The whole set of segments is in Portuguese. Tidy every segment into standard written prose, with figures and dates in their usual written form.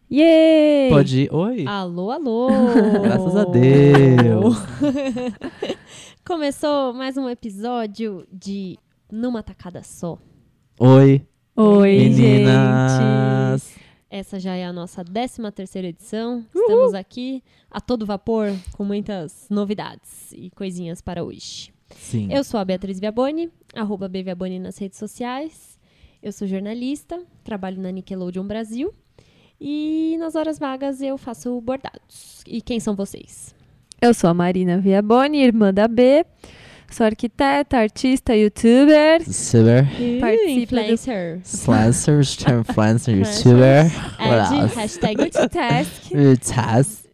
Yay! Pode ir. Oi. Alô, alô! Graças a Deus. Começou mais um episódio de Numa Tacada Só. Oi, Oi, meninas. gente! Essa já é a nossa 13ª edição. Estamos aqui a todo vapor com muitas novidades e coisinhas para hoje. Sim. Eu sou a Beatriz Viaboni, @bviaboni nas redes sociais. Eu sou jornalista, trabalho na Nickelodeon Brasil e nas horas vagas eu faço bordados. E quem são vocês? Eu sou a Marina Viaboni, irmã da B. Sou arquiteta, artista, youtuber. Super. Participa Influencer. Influencer, youtuber. What Ed, else? hashtag Multitask. Task.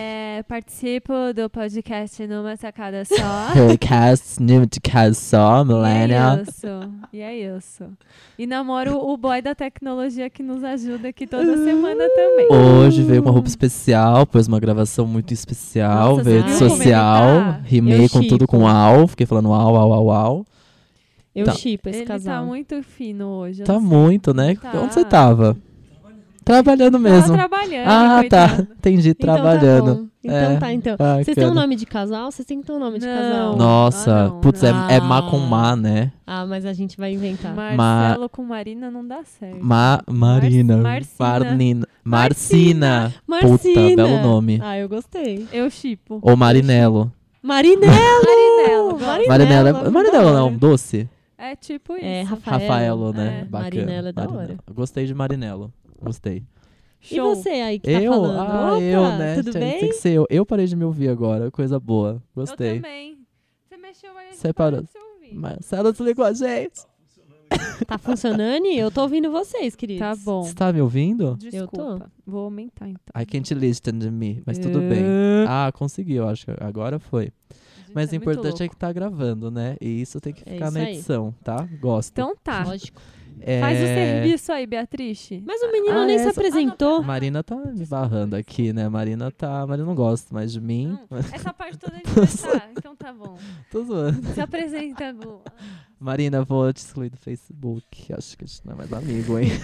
Participo do podcast Numa Tacada Só. Podcast, new to cast só, millennial. E é isso. E namoro o boy da tecnologia que nos ajuda aqui toda semana também. Hoje veio com uma roupa especial, pôs uma gravação muito especial, Nossa, veio você de viu como ele social, tá? rimei Eu com tudo shippo. com au, fiquei falando au. Eu Tá. shippo esse Ele casal. tá muito fino hoje. eu Tá não sei. muito, né? Tá. Onde você tava? Trabalhando Tava mesmo. trabalhando, Ah, coitado. tá. Entendi, Então trabalhando. tá bom. Então tá, então. Ai, Vocês têm um cara. nome de casal? Vocês têm que ter um nome de Não. casal. Nossa, Ah, não, putz, não. é má com má, né? Ah, mas a gente vai inventar. Marcelo com Marina não dá certo. Marina. Marcina. Marcina. Marcina. Puta, belo nome. Ah, eu gostei. Eu shippo. Ou Marinelo. Marinelo! Marinelo. Marinelo não é um doce? É tipo isso. É, Rafaelo. Rafaelo, né? É. Bacana. Marinelo é da hora. Gostei de Marinelo. Gostei. E você aí que tá Eu? falando? Opa, Eu, né? tudo Tem bem? que ser eu. Eu parei de me ouvir agora. Coisa boa. Gostei. Eu também. Você mexeu aí, Você parou parou. de se ouvir. Marcelo desligou a gente. Tá funcionando? Eu tô ouvindo vocês, queridos. Tá bom. Você tá me ouvindo? Desculpa. Vou aumentar então. I can't listen to me. Mas tudo bem. Ah, consegui, eu acho que agora foi. Mas o importante é que tá gravando, né? E isso tem que É ficar isso na aí. edição, tá? Gosto. Então tá. Lógico. Faz o serviço aí, Beatriz. Mas o menino nem se apresentou. Marina tá me barrando aqui, né? Marina não gosta mais de mim. Não, essa parte toda a gente vai estar. Então tá bom. Tô zoando. Se apresenta, Gu. Marina, vou te excluir do Facebook. Acho que a gente não é mais amigo, hein?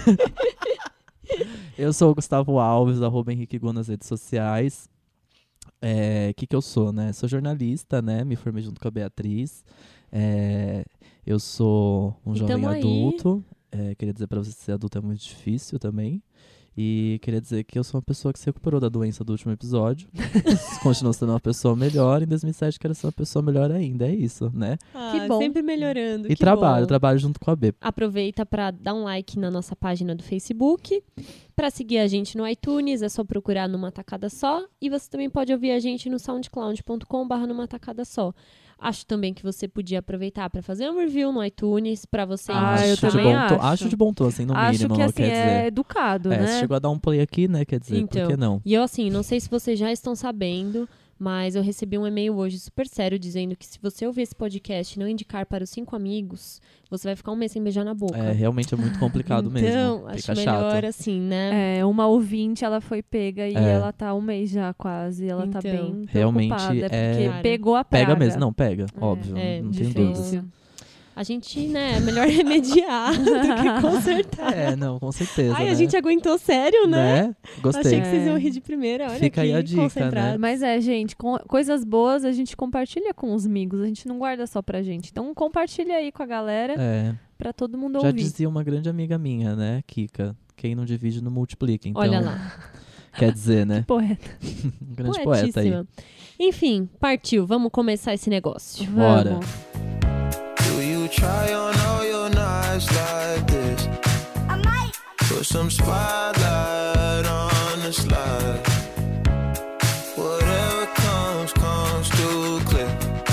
Eu sou o Gustavo Alves, @HenriqueGu nas redes sociais. Que eu sou, né? Sou jornalista, né? Me formei junto com a Beatriz. Eu sou um E jovem tamo aí. adulto. Queria dizer pra você que ser adulto é muito difícil também. E queria dizer que eu sou uma pessoa que se recuperou da doença do último episódio. Continuo sendo uma pessoa melhor. Em 2007 quero ser uma pessoa melhor ainda. É isso, né? Que bom. Sempre melhorando. E que trabalho bom. junto com a B. Aproveita para dar um like na nossa página do Facebook. Para seguir a gente no iTunes, é só procurar Numa Tacada Só. E você também pode ouvir a gente no soundcloud.com/Numa Tacada Só. Acho também que você podia aproveitar para fazer um review no iTunes, para você eu de também bom acho. tom. Acho de bom tom, assim, no Acho mínimo, que não assim, quer dizer. é educado, Você né? chegou a dar um play aqui, né? Quer dizer, Então, por que não? E eu, assim, não sei se vocês já estão sabendo, mas eu recebi um e-mail hoje super sério dizendo que se você ouvir esse podcast e não indicar para os 5 amigos, você vai ficar um mês sem beijar na boca. Realmente é muito complicado então, mesmo. acho Fica melhor chato. assim, né? Uma ouvinte, ela foi pega e ela tá um mês já quase. Ela tá Então, bem realmente preocupada, é- porque Cara, pegou a praga. Pega mesmo. Não, pega. Óbvio. Não tenho difícil. dúvidas. A gente, né, é melhor remediar do que consertar. Não, com certeza. Ai, né? a gente aguentou sério, né? Gostei. Achei que vocês iam É. rir de primeira. Olha Fica aí que a dica, concentrado. né? Mas gente, coisas boas a gente compartilha com os amigos, a gente não guarda só pra gente. Então compartilha aí com a galera pra todo mundo Já ouvir. dizia uma grande amiga minha, né, Kika? Quem não divide não multiplica. Então, Olha lá. Quer dizer, né? Poeta. Um grande poeta aí. Poetíssima. Enfim, partiu. Vamos começar esse negócio. Bora. Vamos. Do you try on all your nights like this? I might put some spotlight on the slide. Whatever comes too clear.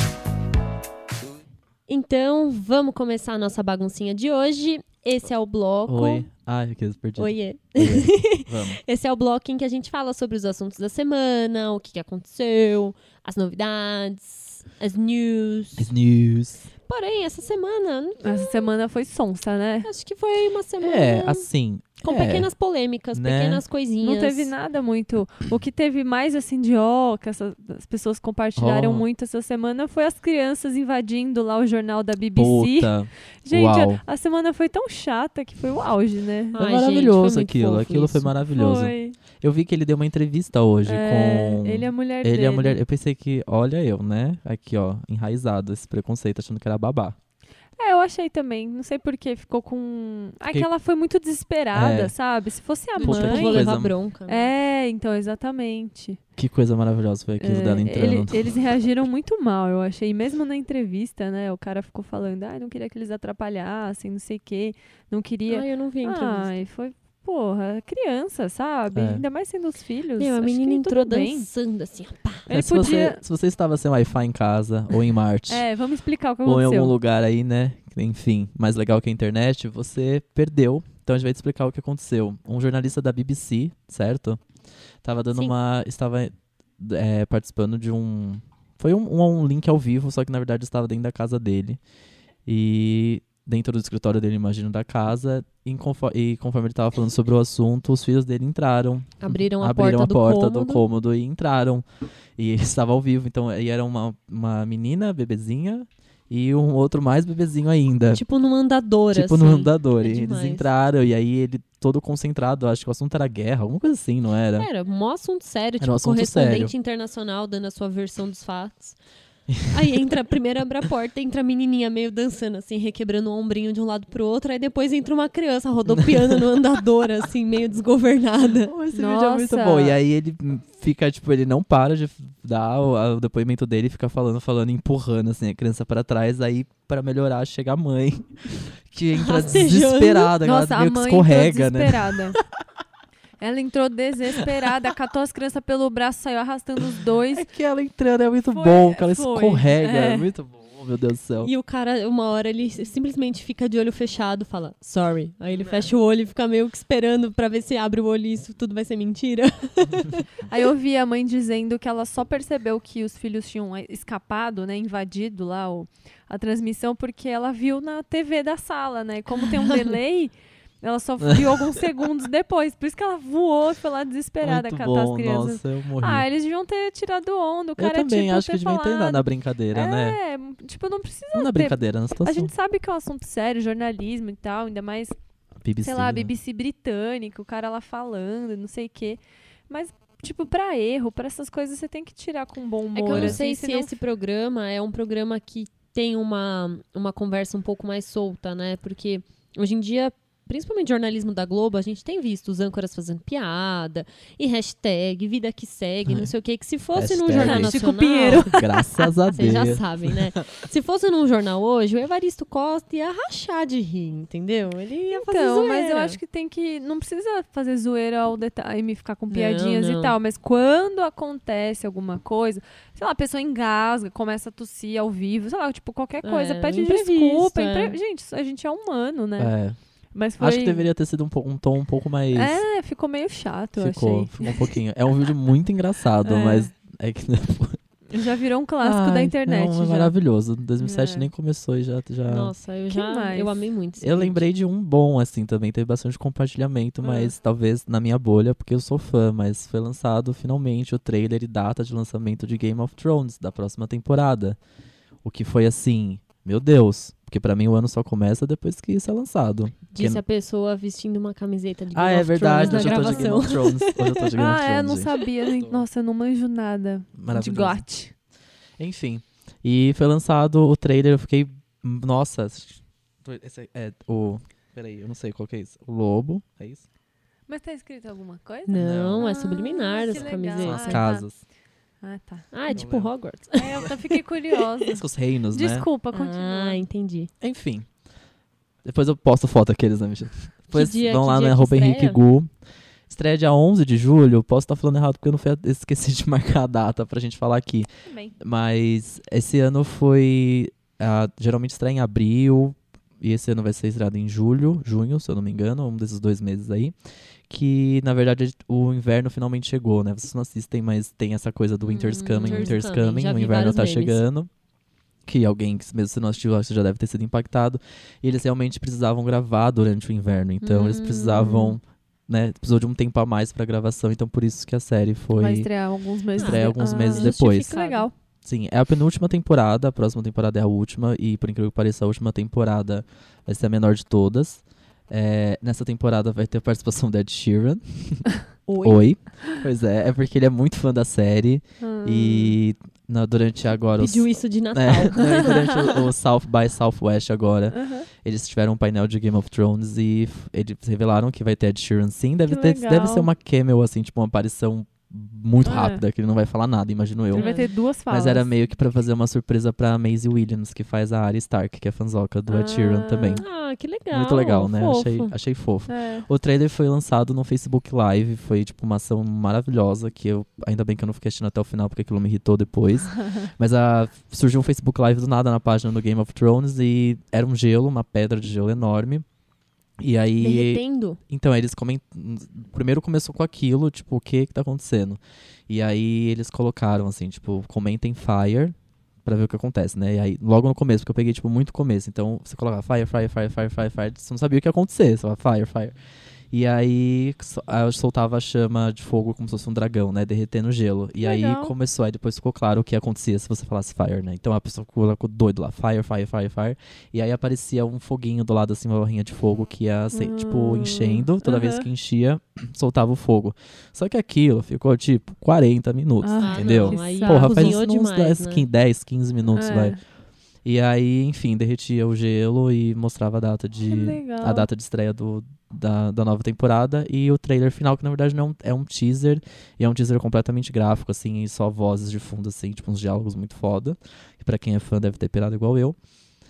Então, vamos começar a nossa baguncinha de hoje. Esse é o bloco... Oi. Ai, que perdi. Oiê. Vamos. Esse é o bloco em que a gente fala sobre os assuntos da semana, o que aconteceu, as novidades, as news. As news. Porém, essa semana, Essa semana foi sonsa, né? acho que foi uma semana... Assim, Com pequenas polêmicas, né? pequenas coisinhas. Não teve nada muito. O que teve mais, assim, de que as pessoas compartilharam muito essa semana foi as crianças invadindo lá o jornal da BBC. Puta. Gente, Uau. a semana foi tão chata que foi o auge, né? Foi maravilhoso gente, foi aquilo. Aquilo isso. foi maravilhoso. Foi. Eu vi que ele deu uma entrevista hoje com... Ele e a mulher Ele dele. e a mulher... Eu pensei que... Olha eu, né? Aqui, ó. Enraizado esse preconceito, achando que era babá. Eu achei também. Não sei por que ficou com... Fiquei- que ela foi muito desesperada, sabe? Se fosse a Puta, Tipo, que vou mãe... levar coisa- bronca. Né? Então, exatamente. Que coisa maravilhosa foi aquilo dela entrando. Eles reagiram muito mal, eu achei. Mesmo na entrevista, né? O cara ficou falando, não queria que eles atrapalhassem, não sei o quê. Não queria... Ai, eu não vi a entrevista. Ai, foi... Porra, criança, sabe? É. Ainda mais sendo os filhos. Meu, a acho menina que entrou tudo bem. dançando assim, ó, pá. Ele Se podia... você estava sem Wi-Fi em casa, ou em Marte, vamos explicar o que ou em aconteceu. algum lugar aí, né? Enfim, mais legal que a internet, você perdeu. Então a gente vai te explicar o que aconteceu. Um jornalista da BBC, certo? Estava dando Sim. Estava participando de um... Foi um link ao vivo, só que na verdade estava dentro da casa dele. E dentro do escritório dele, imagino, da casa. E conforme ele estava falando sobre o assunto, os filhos dele entraram. Abriram a porta porta do cômodo e entraram. E ele estava ao vivo. Então, e era uma menina, bebezinha, e um outro mais bebezinho ainda. Tipo num andador, Tipo assim. no andador. É E eles demais. entraram, e aí ele todo concentrado, acho que o assunto era guerra, alguma coisa assim, não era? Era um assunto sério, Era tipo um assunto correspondente sério. internacional dando a sua versão dos fatos. Aí primeiro abre a porta, entra a menininha meio dançando, assim, requebrando o ombrinho de um lado pro outro, aí depois entra uma criança rodopiando no andador, assim, meio desgovernada. Esse vídeo é muito bom. E aí ele fica, tipo, ele não para de dar o depoimento dele, fica falando, empurrando, assim, a criança pra trás, aí pra melhorar chega a mãe, que entra Rastejando. desesperada, Nossa, ela meio a que mãe escorrega, entrou né? desesperada. Ela entrou desesperada, catou as crianças pelo braço, saiu arrastando os dois. É que ela entrando é muito Foi, bom, que ela foi. escorrega, É. é muito bom, meu Deus do céu. E o cara, uma hora, ele simplesmente fica de olho fechado, fala, sorry. Aí ele fecha o olho e fica meio que esperando pra ver se abre o olho e isso tudo vai ser mentira. Aí eu vi a mãe dizendo que ela só percebeu que os filhos tinham escapado, né, invadido lá a transmissão, porque ela viu na TV da sala, né? Como tem um delay, ela só viu alguns segundos depois. Por isso que ela voou e foi lá desesperada Muito catar bom, as crianças. nossa, eu morri. Eles deviam ter tirado onda. O Eu cara também tipo, acho que ter devia ter falado. na brincadeira, né? Tipo, não precisa Não na ter... brincadeira, na situação. A gente sabe que é um assunto sério, jornalismo e tal, ainda mais, BBC, sei lá, né? BBC britânica, o cara lá falando, não sei o quê. Mas, tipo, pra erro, pra essas coisas, você tem que tirar com bom humor. É que eu não assim, sei se senão- esse programa é um programa que tem uma conversa um pouco mais solta, né? Porque hoje em dia, principalmente jornalismo da Globo, a gente tem visto os âncoras fazendo piada e hashtag, vida que segue, não sei o quê. Que se fosse num Hashtag jornal Chico nacional... Pinheiro. Graças a Vocês Deus. já sabem, né? Se fosse num jornal hoje, o Evaristo Costa ia rachar de rir, entendeu? Ele ia fazer Então, zoeira. mas eu acho que tem que... Não precisa fazer zoeira all the time, ficar com piadinhas não. e tal. Mas quando acontece alguma coisa, sei lá, a pessoa engasga, começa a tossir ao vivo, sei lá, tipo, qualquer coisa, pede imprevisto, desculpa. é. Gente, a gente é humano, né? É. Mas foi... Acho que deveria ter sido um tom um pouco mais... Ficou meio chato, eu ficou achei. um pouquinho. É um vídeo muito engraçado, É. mas é que... Já virou um clássico da internet. Não, é já. maravilhoso. 2007 É. nem começou e já... Nossa, mais? eu amei muito esse Eu vídeo. lembrei de um bom, assim, também. Teve bastante compartilhamento, mas talvez na minha bolha, porque eu sou fã. Mas foi lançado, finalmente, o trailer e data de lançamento de Game of Thrones, da próxima temporada. O que foi, assim, meu Deus. Porque pra mim o ano só começa depois que isso é lançado. Disse a pessoa vestindo uma camiseta de Game Ah, é of verdade. Thrones Hoje na eu tô de Game gravação. of Thrones. Hoje eu tô de Game of Thrones, Eu não gente. sabia. Nossa, eu não manjo nada de Maravilhoso. GOT. Enfim. E foi lançado o trailer, eu fiquei... Nossa. Esse é o... Peraí, eu não sei qual que é isso. O lobo, é isso? Mas tá escrito alguma coisa? Não, é Ah, subliminar que essa legal. camiseta. São as tá. casas. Ah, tá. Ah, é tipo lembro. Hogwarts. Eu fiquei curiosa. Os reinos, né? Desculpa, continua. Ah, entendi. Enfim. Depois eu posto foto aqueles, né, Michel? Depois dia- vão que lá dia na que arroba Henrique estreia? Gu. Estreia dia 11 de julho. Posso estar falando errado porque eu não esqueci de marcar a data pra gente falar aqui. Também. Mas esse ano foi... geralmente estreia em abril. E esse ano vai ser estreado em junho, se eu não me engano. Um desses 2 meses aí. Que, na verdade, o inverno finalmente chegou, né? Vocês não assistem, mas tem essa coisa do Winter's Coming, Winter's Coming. Já O vi inverno vários tá memes. chegando. Que alguém, mesmo se não assistiu, acho que já deve ter sido impactado. E eles realmente precisavam gravar durante o inverno. Então, eles precisavam né, precisou de um tempo a mais pra gravação, então por isso que a série Vai foi... estrear alguns meses. Estreia alguns meses depois. Que legal. Sim, é a penúltima temporada, a próxima temporada é a última, e por incrível que pareça, a última temporada vai ser a menor de todas. Nessa temporada vai ter a participação do Ed Sheeran. Oi. Pois é porque ele é muito fã da série. E durante agora... Pediu isso de Natal. Durante o South by Southwest agora, eles tiveram um painel de Game of Thrones e eles revelaram que vai ter Ed Sheeran sim. Deve ser uma cameo, assim, tipo uma aparição muito rápida, que ele não vai falar nada, imagino eu. Ele vai ter 2 falas. Mas era meio que pra fazer uma surpresa pra Maisie Williams, que faz a Arya Stark, que é fanzoca do Ed Sheeran também. Que legal. Muito legal, né? Fofo. Achei fofo. O trailer foi lançado no Facebook Live, foi tipo uma ação maravilhosa, que ainda bem que eu não fiquei assistindo até o final, porque aquilo me irritou depois. Mas surgiu um Facebook Live do nada na página do Game of Thrones e era um gelo, uma pedra de gelo enorme. E aí... Derretendo? Então, eles primeiro começou com aquilo, tipo, o que tá acontecendo? E aí eles colocaram, assim, tipo, comentem fire pra ver o que acontece, né? E aí, logo no começo, porque eu peguei, tipo, muito começo. Então, você colocava fire, você não sabia o que ia acontecer, você falava fire. E aí, soltava a chama de fogo como se fosse um dragão, né? Derretendo o gelo. E aí começou, aí depois ficou claro o que acontecia se você falasse fire, né? Então a pessoa ficou doido lá, fire. E aí aparecia um foguinho do lado, assim, uma barrinha de fogo que ia, tipo, enchendo. Toda vez que enchia, soltava o fogo. Só que aquilo ficou, tipo, 40 minutos, entendeu? Não, aí Porra, faz cozinhou demais, uns 10, 15 minutos, vai. E aí, enfim, derretia o gelo e mostrava a data de estreia da nova temporada. E o trailer final, que na verdade não é um teaser. E é um teaser completamente gráfico, assim, e só vozes de fundo, assim, tipo uns diálogos muito foda. E pra quem é fã deve ter pirado igual eu.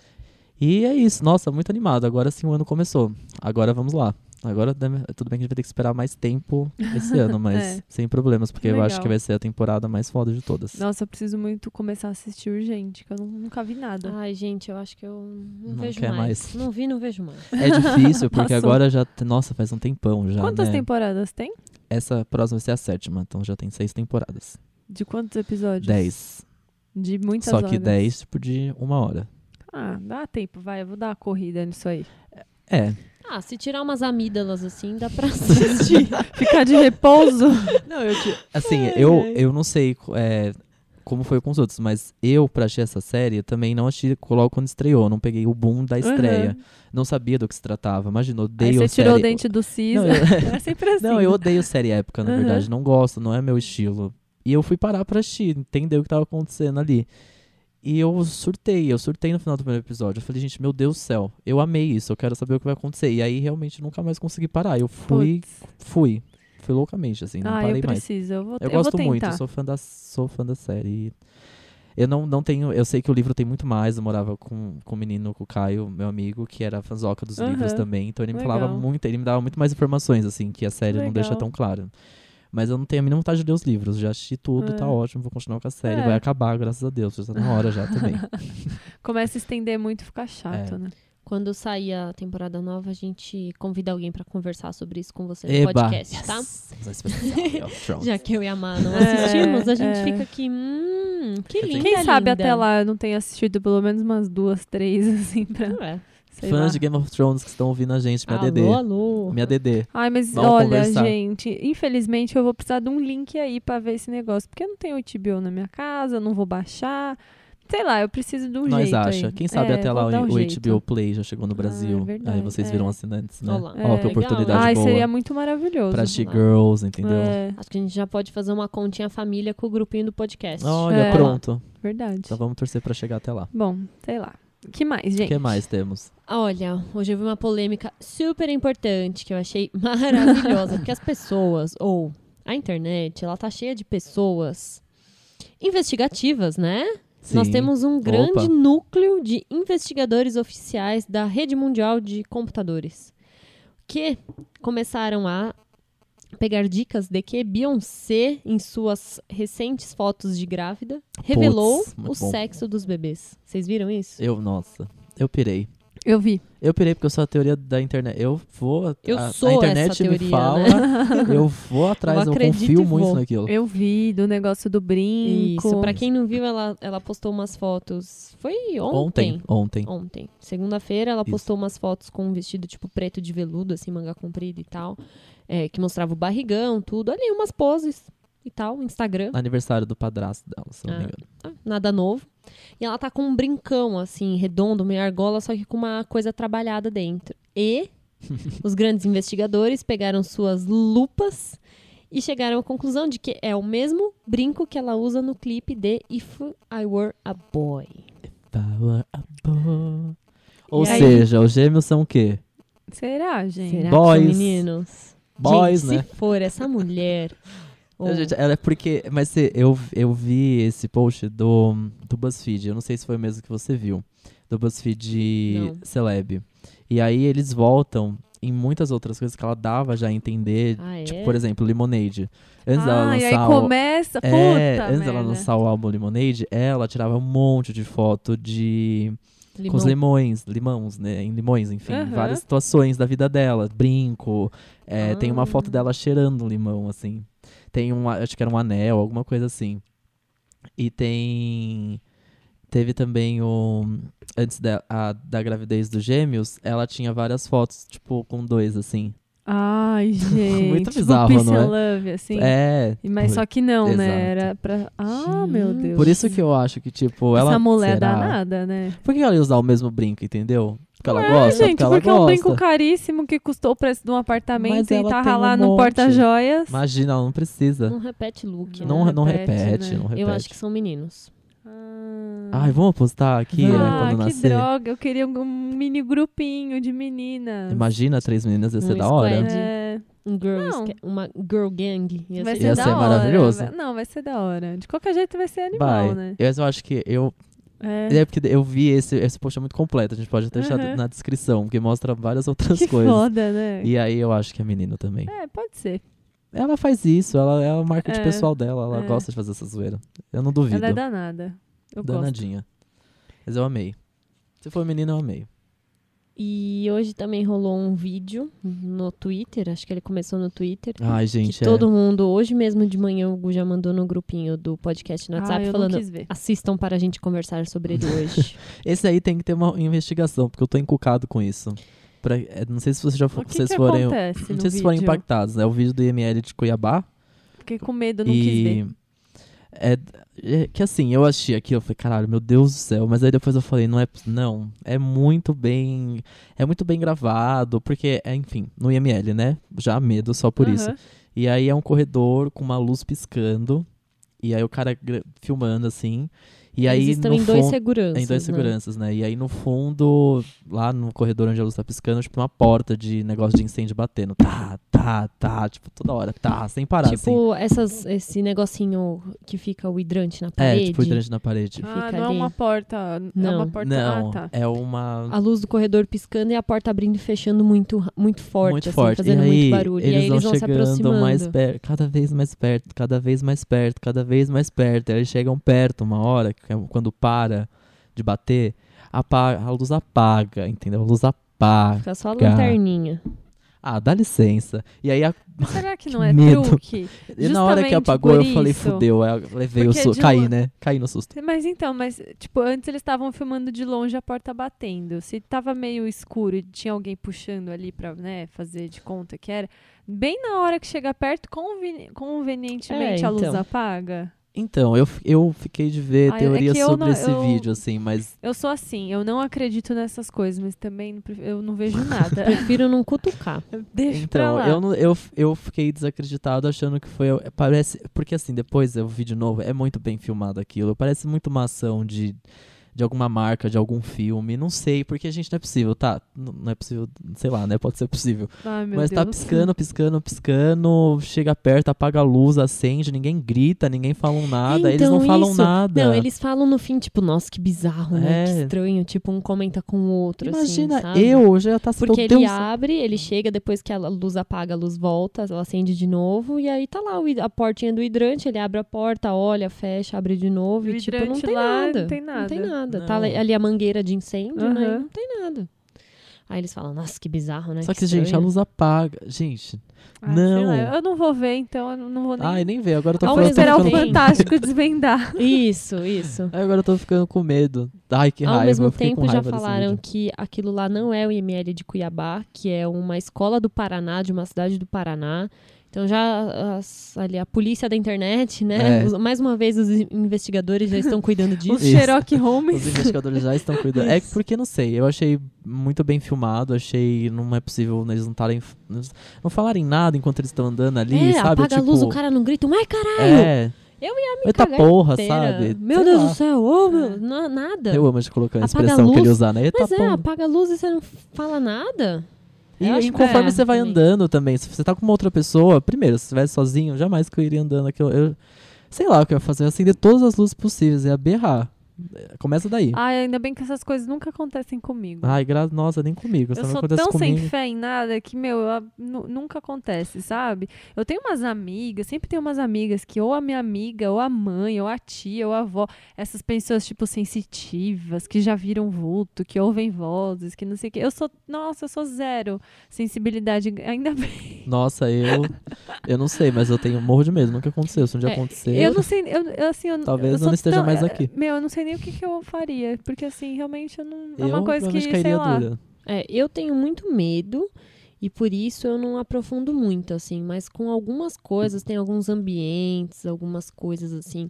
E é isso, nossa, muito animado. Agora sim o ano começou. Agora vamos lá. Agora tudo bem que a gente vai ter que esperar mais tempo esse ano, mas sem problemas, porque eu acho que vai ser a temporada mais foda de todas. Nossa, eu preciso muito começar a assistir urgente, que eu nunca vi nada. Ai, gente, eu acho que eu não vejo mais. Não vejo mais. É difícil, porque agora já... Nossa, faz um tempão já, Quantas temporadas tem? Essa próxima vai ser a 7ª, então já tem 6 temporadas. De quantos episódios? 10. De muitas Só horas. que 10, tipo, de 1 hora. Dá tempo, vai. Eu vou dar uma corrida nisso aí. Se tirar umas amígdalas assim, dá pra assistir. Ficar de repouso. Não, eu não sei como foi com os outros, mas pra assistir essa série, eu também não assisti logo quando estreou. Não peguei o boom da estreia. Não sabia do que se tratava. Imagina, odeio série. Aí você tirou o dente do siso. É sempre assim. Não, eu odeio série épica, na verdade. Não gosto, não é meu estilo. E eu fui parar pra assistir, entender o que tava acontecendo ali. E eu surtei no final do primeiro episódio. Eu falei, gente, meu Deus do céu, eu amei isso, eu quero saber o que vai acontecer. E aí, realmente, nunca mais consegui parar. Eu fui loucamente, assim, não parei mais. Eu gosto muito, eu sou fã da série. Eu não tenho, eu sei que o livro tem muito mais. Eu morava com o menino, com o Caio, meu amigo, que era fãzoca dos livros também. Então ele me falava muito, ele me dava muito mais informações, assim, que a série não deixa tão claro. Mas eu não tenho a mínima vontade de ler os livros. Já assisti tudo, tá ótimo, vou continuar com a série. Vai acabar, graças a Deus. Já tá na hora já também. Começa a estender muito e fica chato, né? Quando sair a temporada nova, a gente convida alguém pra conversar sobre isso com você no podcast, tá? Já que eu e a Má não assistimos, a gente fica aqui, que linda. Quem sabe até lá eu não tenha assistido pelo menos umas 2, 3, assim, pra... Fãs de Game of Thrones que estão ouvindo a gente, minha alô. Minha DD. Ai, mas vamos olha, conversar. Gente, infelizmente eu vou precisar de um link aí pra ver esse negócio, porque eu não tenho HBO na minha casa, eu não vou baixar. Sei lá, eu preciso de um jeito aí. Quem sabe até lá o HBO Play já chegou no Brasil. Verdade, aí vocês viram assinantes, né? Olha que oportunidade boa. Seria muito maravilhoso. Pra She-Girls, entendeu? Acho que a gente já pode fazer uma continha família com o grupinho do podcast. Olha, pronto. Verdade. Então vamos torcer pra chegar até lá. Bom, sei lá. O que mais, gente? O que mais temos? Olha, hoje eu vi uma polêmica super importante que eu achei maravilhosa. Porque as pessoas, ou a internet, ela tá cheia de pessoas investigativas, né? Sim. Nós temos um grande núcleo de investigadores oficiais da Rede Mundial de Computadores que começaram a pegar dicas de que Beyoncé, em suas recentes fotos de grávida, revelou o sexo dos bebês. Vocês viram isso? Eu pirei. Eu vi. Eu pirei porque eu sou a teoria da internet. Eu a sou internet essa me teoria, fala, né? eu vou atrás, eu acredito confio e muito vou. naquilo. Eu vi do negócio do brinco. Isso, pra quem não viu, ela postou umas fotos. Foi ontem. Ontem. Segunda-feira, ela Isso. postou umas fotos com um vestido tipo preto de veludo, assim, manga comprida e tal. Que mostrava o barrigão, tudo. Ali, umas poses e tal, Instagram. Aniversário do padrasto dela, se não me engano. Nada novo. E ela tá com um brincão, assim, redondo, meio argola, só que com uma coisa trabalhada dentro. E os grandes investigadores pegaram suas lupas e chegaram à conclusão de que é o mesmo brinco que ela usa no clipe de If I Were a Boy. Ou E aí? seja, os gêmeos são o quê? Será, gente? Será Boys. que são meninos? Boys, Gente, né? se for essa mulher... ou- Gente, ela é porque... Mas eu vi esse post do BuzzFeed. Eu não sei se foi o mesmo que você viu. Do BuzzFeed Não. Celeb. E aí eles voltam em muitas outras coisas que ela dava já a entender. Ah, é? Tipo, por exemplo, Lemonade. Antes dela E aí lançar começa... Puta antes dela merda. lançar o álbum Lemonade, ela tirava um monte de foto de... Limão. Com os limões, né? Em limões, enfim. Aham. Várias situações da vida dela. Brinco. Tem uma foto dela cheirando um limão, assim. Tem acho que era um anel, alguma coisa assim. E teve também antes da gravidez dos gêmeos, ela tinha várias fotos, tipo, com 2, assim. Ai, gente. Muito tipo bizarro, Peace não é? and Love, assim. Mas Só que não, Exato. né? Era pra... meu Deus. Por isso que eu acho que, tipo, ela... Essa mulher será? danada, né? Por que ela ia usar o mesmo brinco, entendeu? Porque ela gosta? Gente, porque ela porque é gosta. um brinco caríssimo que custou o preço de um apartamento Mas e ela tava tem um lá no monte. porta-joias. Imagina, ela não precisa. Não repete look, né? Não repete, né? não repete. Eu acho que são meninos. Ai, vamos apostar aqui, né, quando que nascer? droga. Eu queria um mini grupinho de meninas. Imagina 3 meninas, ia ser Um da hora. squad. É, Não. Uma girl gang. vai ser ser Ia da ser hora. maravilhoso. Não, vai ser da hora. De qualquer jeito vai ser animal, Vai. né? Eu acho que É porque eu vi esse post é muito completo, a gente pode até deixar Uhum. na descrição, porque mostra várias outras Que coisas. foda, né? E aí eu acho que é menino também. Pode ser. Ela faz isso, ela é o marketing É, pessoal dela, ela é. gosta de fazer essa zoeira. Eu não duvido. Ela é danada. Eu gosto. Danadinha. Mas eu amei. Se for menino, eu amei. E hoje também rolou um vídeo no Twitter, acho que ele começou no Twitter. Ai, gente, que todo mundo, hoje mesmo de manhã, o Gu já mandou no grupinho do podcast no WhatsApp eu falando: não quis ver. assistam para a gente conversar sobre ele hoje. Esse aí tem que ter uma investigação, porque eu tô encucado com isso. Não sei se vocês já O que vocês que forem. acontece Não no sei se forem vídeo? impactados. É o vídeo do IML de Cuiabá. Fiquei com medo, não quis ver. Que assim, eu achei aquilo, eu falei, caralho, meu Deus do céu, mas aí depois eu falei, é muito bem gravado, porque, enfim, no IML, né, já medo só por isso. Aham. E aí é um corredor com uma luz piscando, e aí o cara filmando assim, e aí Eles estão no em dois fundo... seguranças. Em dois né? seguranças, né? E aí no fundo, lá no corredor onde a luz tá piscando, tipo uma porta de negócio de incêndio batendo. Tipo, toda hora, sem parar, assim. Tipo, esse negocinho que fica o hidrante na parede. Tipo hidrante na parede. Fica Não é ali. uma porta. É Não. uma porta. Não, Tá. é uma... A luz do corredor piscando e a porta abrindo e fechando muito forte, muito assim, forte. fazendo e aí, muito barulho. E aí eles vão se chegando aproximando. mais perto, cada vez mais perto, cada vez mais perto, cada vez mais perto. Aí eles chegam perto uma hora, que é quando para de bater, a luz apaga, entendeu? A luz apaga. Fica só a lanterninha. Ah, dá licença. E aí Mas será que não Que é medo. truque? E na hora que Justamente apagou, por eu falei, isso. fudeu. Aí eu levei o Porque susto. de Caí, uma- né? Caí no susto. Mas, tipo, antes eles estavam filmando de longe a porta batendo. Se tava meio escuro e tinha alguém puxando ali pra, né, fazer de conta que era, bem na hora que chega perto, convenientemente a luz então. apaga. Então, eu fiquei de ver Ah, é teorias que eu sobre não- esse eu- vídeo, assim, mas... Eu sou assim, eu não acredito nessas coisas, mas também eu não vejo nada. Prefiro não cutucar. Deixa pra Então, lá. eu fiquei desacreditado achando que foi... Parece... Porque, assim, depois eu vi de novo, é muito bem filmado aquilo. Parece muito uma ação de alguma marca, de algum filme. Não sei, porque, gente, não é possível, tá? Não é possível, sei lá, né? Pode ser possível. Ai, meu Mas Deus. tá piscando, chega perto, apaga a luz, acende, ninguém grita, ninguém fala nada, eles não Então, falam isso. nada. Não, eles falam no fim, tipo, nossa, que bizarro, né? Que É. estranho. Tipo, um comenta com o outro, Imagina, assim, sabe? eu já tá... Porque meu ele Deus, abre, ele chega, depois que a luz apaga, a luz volta, ela acende de novo, e aí tá lá a portinha do hidrante, ele abre a porta, olha, fecha, abre de novo, O e tipo, não hidrante tem lá nada. não tem nada. Não tem nada. Não. Tá ali a mangueira de incêndio, né? Aham. Não tem nada. Aí eles falam, nossa, que bizarro, né? Só que, gente, a estranho. luz apaga. Gente, Ah, não. sei lá, eu não vou ver, então eu não vou nem... Ai, nem vê. Agora eu tô Ao falando. mesmo esperar o tempo. Fantástico desvendar. Isso. Ai, agora eu tô ficando com medo. Ai, que raiva. Ao mesmo eu fiquei com tempo, já raiva desse falaram vídeo. que aquilo lá não é o IML de Cuiabá, que é uma escola do Paraná, de uma cidade do Paraná. Então já ali, a polícia da internet, né? É. Mais uma vez os investigadores já estão cuidando Os disso. Isso. Sherlock Holmes. Os investigadores já estão cuidando. É porque, não sei, eu achei muito bem filmado, achei não é possível eles não estarem, não falarem nada enquanto eles estão andando ali, sabe? apaga tipo, a luz, o cara não grita, mas caralho! É. Eu ia me Eita cagar porra, inteira. sabe? Meu Sei Deus lá. do céu, ô, meu, nada. Eu amo de colocar a Apaga a expressão que ele luz. usa, né? Eita Mas porra. apaga a luz e você não fala nada? E Eu aí, acho que conforme é, você vai também. andando também, se você tá com uma outra pessoa, primeiro, se você estivesse sozinho, jamais que eu iria andando aqui. Eu sei lá o que eu ia fazer, eu ia acender todas as luzes possíveis, ia berrar. Começa daí. Ai, ainda bem que essas coisas nunca acontecem comigo. Ai, nossa, nem comigo. Se Eu não sou acontece tão comigo. sem fé em nada que, meu, nunca acontece, sabe? Eu tenho umas amigas, sempre tenho umas amigas que ou a minha amiga, ou a mãe, ou a tia, ou a avó, essas pessoas, tipo, sensitivas, que já viram vulto, que ouvem vozes, que não sei o quê. Eu sou zero sensibilidade, ainda bem. Nossa, eu não sei, mas eu tenho morro de medo. Nunca aconteceu. Se um dia acontecer, Eu não sei, talvez eu eu não sou esteja mais aqui. Meu, eu não sei nem o que eu faria, porque assim, realmente eu não... É eu uma coisa que, provavelmente sei cairia lá... dura. Eu tenho muito medo e por isso eu não aprofundo muito, assim. Mas com algumas coisas, tem alguns ambientes, algumas coisas, assim,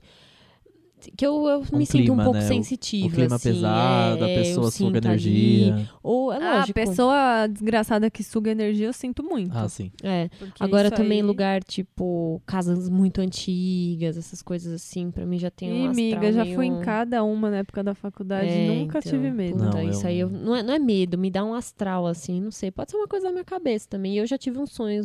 que eu me sinto clima, um pouco né? sensitiva, O clima assim, pesado, a eu pessoa suga sinto ali. energia. Ou, é A lógico. pessoa desgraçada que suga energia, eu sinto muito. Ah, sim. Porque Agora isso também aí- lugar, tipo, casas muito antigas, essas coisas assim, pra mim já tem um Ih, astral amiga, já meio... fui em cada uma na época da faculdade, nunca então, tive medo. puta, Não, isso eu- aí não é medo, me dá um astral, assim, não sei. Pode ser uma coisa da minha cabeça também. E eu já tive uns sonhos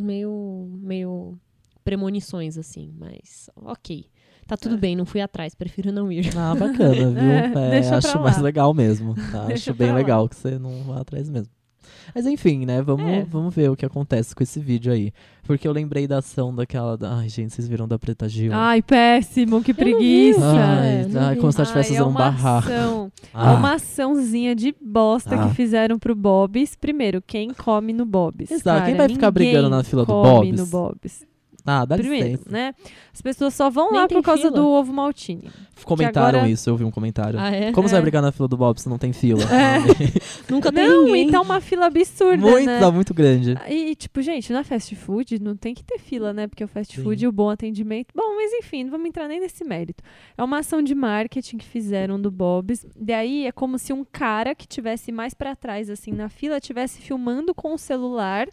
meio premonições, assim, mas ok. Tá tudo bem, não fui atrás, prefiro não ir. Ah, bacana, viu? Deixa pra acho lá. mais legal mesmo. Deixa Acho bem pra lá. legal que você não vá atrás mesmo. Mas enfim, né? Vamos ver o que acontece com esse vídeo aí. Porque eu lembrei da ação daquela. Ai, gente, vocês viram da Preta Gil? Ai, péssimo, que Eu não vi, preguiça. cara. Não Ai, vi. como se ela estivesse Ai, usando um barraco. ação. É Ah, uma açãozinha de bosta Ah. que fizeram pro Bob's. Primeiro, quem come no Bob's? Exato, quem Cara, vai ficar brigando ninguém na fila do come Bob's? no Bob's. dá Primeiro, licença. né? As pessoas só vão Nem lá tem por causa fila. do ovo maltine. Comentaram agora- isso, eu vi um comentário. Ah, é? Como você vai É. brigar na fila do Bob se não tem fila? Nunca tem Não, ninguém. e tá uma fila absurda, Muito, né? tá muito grande. E, tipo, gente, na fast food não tem que ter fila, né? Porque o fast Sim. food e o bom atendimento... Bom, mas enfim, não vamos entrar nem nesse mérito. É uma ação de marketing que fizeram do Bob's. Daí é como se um cara que tivesse mais pra trás, assim, na fila, tivesse filmando com o celular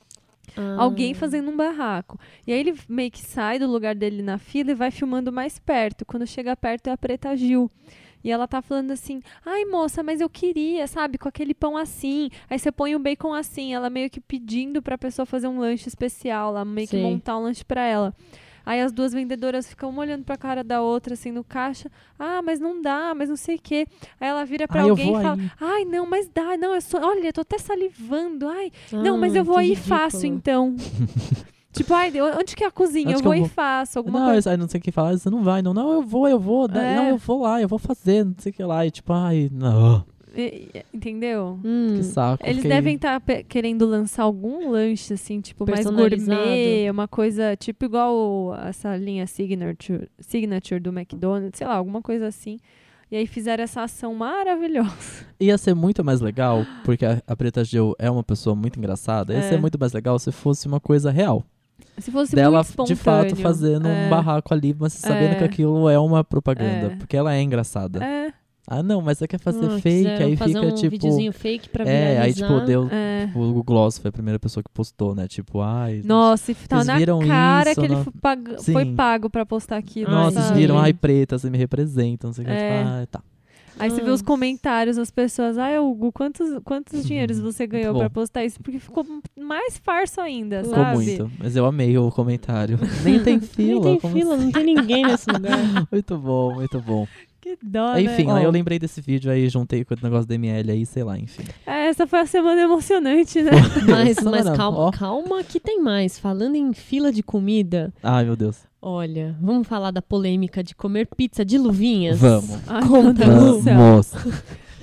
alguém fazendo um barraco. E aí ele meio que sai do lugar dele na fila e vai filmando mais perto. Quando chega perto é a Preta Gil. E ela tá falando assim, ai moça, mas eu queria, sabe, com aquele pão assim. Aí você põe o bacon assim. Ela meio que pedindo pra pessoa fazer um lanche especial lá, meio que Sei. montar um lanche pra ela. Aí as duas vendedoras ficam uma olhando pra cara da outra, assim, no caixa. Ah, mas não dá, mas não sei o quê. Aí ela vira pra Ai, eu alguém vou e fala, aí. ai, não, mas dá, não, olha, eu tô até salivando, ai. Não, mas eu vou que aí e ridículo. faço, então. Tipo, ai, onde que é a cozinha? Onde Eu que eu vou vou? e faço. Alguma Não, coisa. aí não sei o que falar, você não vai, não. Não, eu vou. É. Não, eu vou lá, eu vou fazer, não sei o que lá. E tipo, ai, não. Entendeu? Que saco. Eles fiquei- devem estar querendo lançar algum lanche, assim, tipo, mais Personalizado. gourmet, uma coisa, tipo, igual essa linha Signature do McDonald's, sei lá, alguma coisa assim. E aí fizeram essa ação maravilhosa. Ia ser muito mais legal, porque a Preta Gil é uma pessoa muito engraçada. Ia É. ser muito mais legal se fosse uma coisa real. Se fosse Dela, muito espontâneo. de fato, fazendo É. um barraco ali, mas sabendo É. que aquilo é uma propaganda. É. Porque ela é engraçada. É, Ah, não, mas você quer fazer fake, quiseram aí fazer fica um tipo. videozinho fake pra aí viralizar. tipo, deu. é. O Google Gloss foi a primeira pessoa que postou, né? Tipo, ai. Nossa, e tá Vocês na viram cara isso, que ele não? foi Sim. pago pra postar aquilo. Nossa, vocês sabe? viram, ai, preta, você me representa, não sei o que. É. Tipo, ah, tá. Aí você vê os Nossa. comentários, as pessoas, ai, Hugo, quantos dinheiros você ganhou bom. pra postar isso? Porque ficou mais farso ainda, Ficou sabe? muito. Mas eu amei o comentário. Nem tem fila. Nem tem como fila, assim? não tem ninguém nesse lugar. Muito bom, muito bom. Que dó, Enfim, né? aí Ó, eu lembrei desse vídeo aí, juntei com o negócio do ML aí, sei lá, enfim. essa foi a semana emocionante, né? Mas Semana, calma, ó. calma que tem mais. Falando em fila de comida, Ai, meu Deus. olha, vamos falar da polêmica de comer pizza de luvinhas? Vamos. Ai, meu Conta, Deus do céu. Vamos.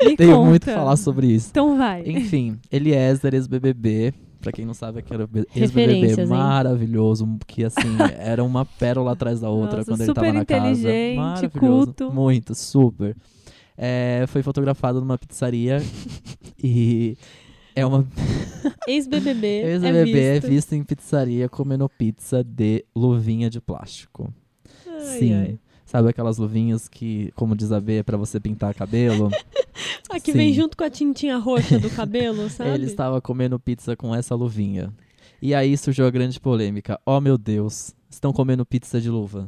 Me Tenho conta. muito a falar sobre isso. Então vai. Enfim, Eliezer, ex-BBB. Pra quem não sabe, aquele ex-BBB Referências, hein? maravilhoso, que assim, era uma pérola atrás da outra Nossa, quando ele tava super na casa. inteligente, Maravilhoso, culto. muito, super. Foi fotografado numa pizzaria e é uma Ex-BBB ex-BBB é é visto. visto em pizzaria comendo pizza de luvinha de plástico. Ai, Sim. ai. Sabe aquelas luvinhas que, como diz a B, é pra você pintar cabelo? Ah, que Sim. vem junto com a tintinha roxa do cabelo, sabe? Ele estava comendo pizza com essa luvinha. E aí surgiu a grande polêmica. Oh, meu Deus, estão comendo pizza de luva.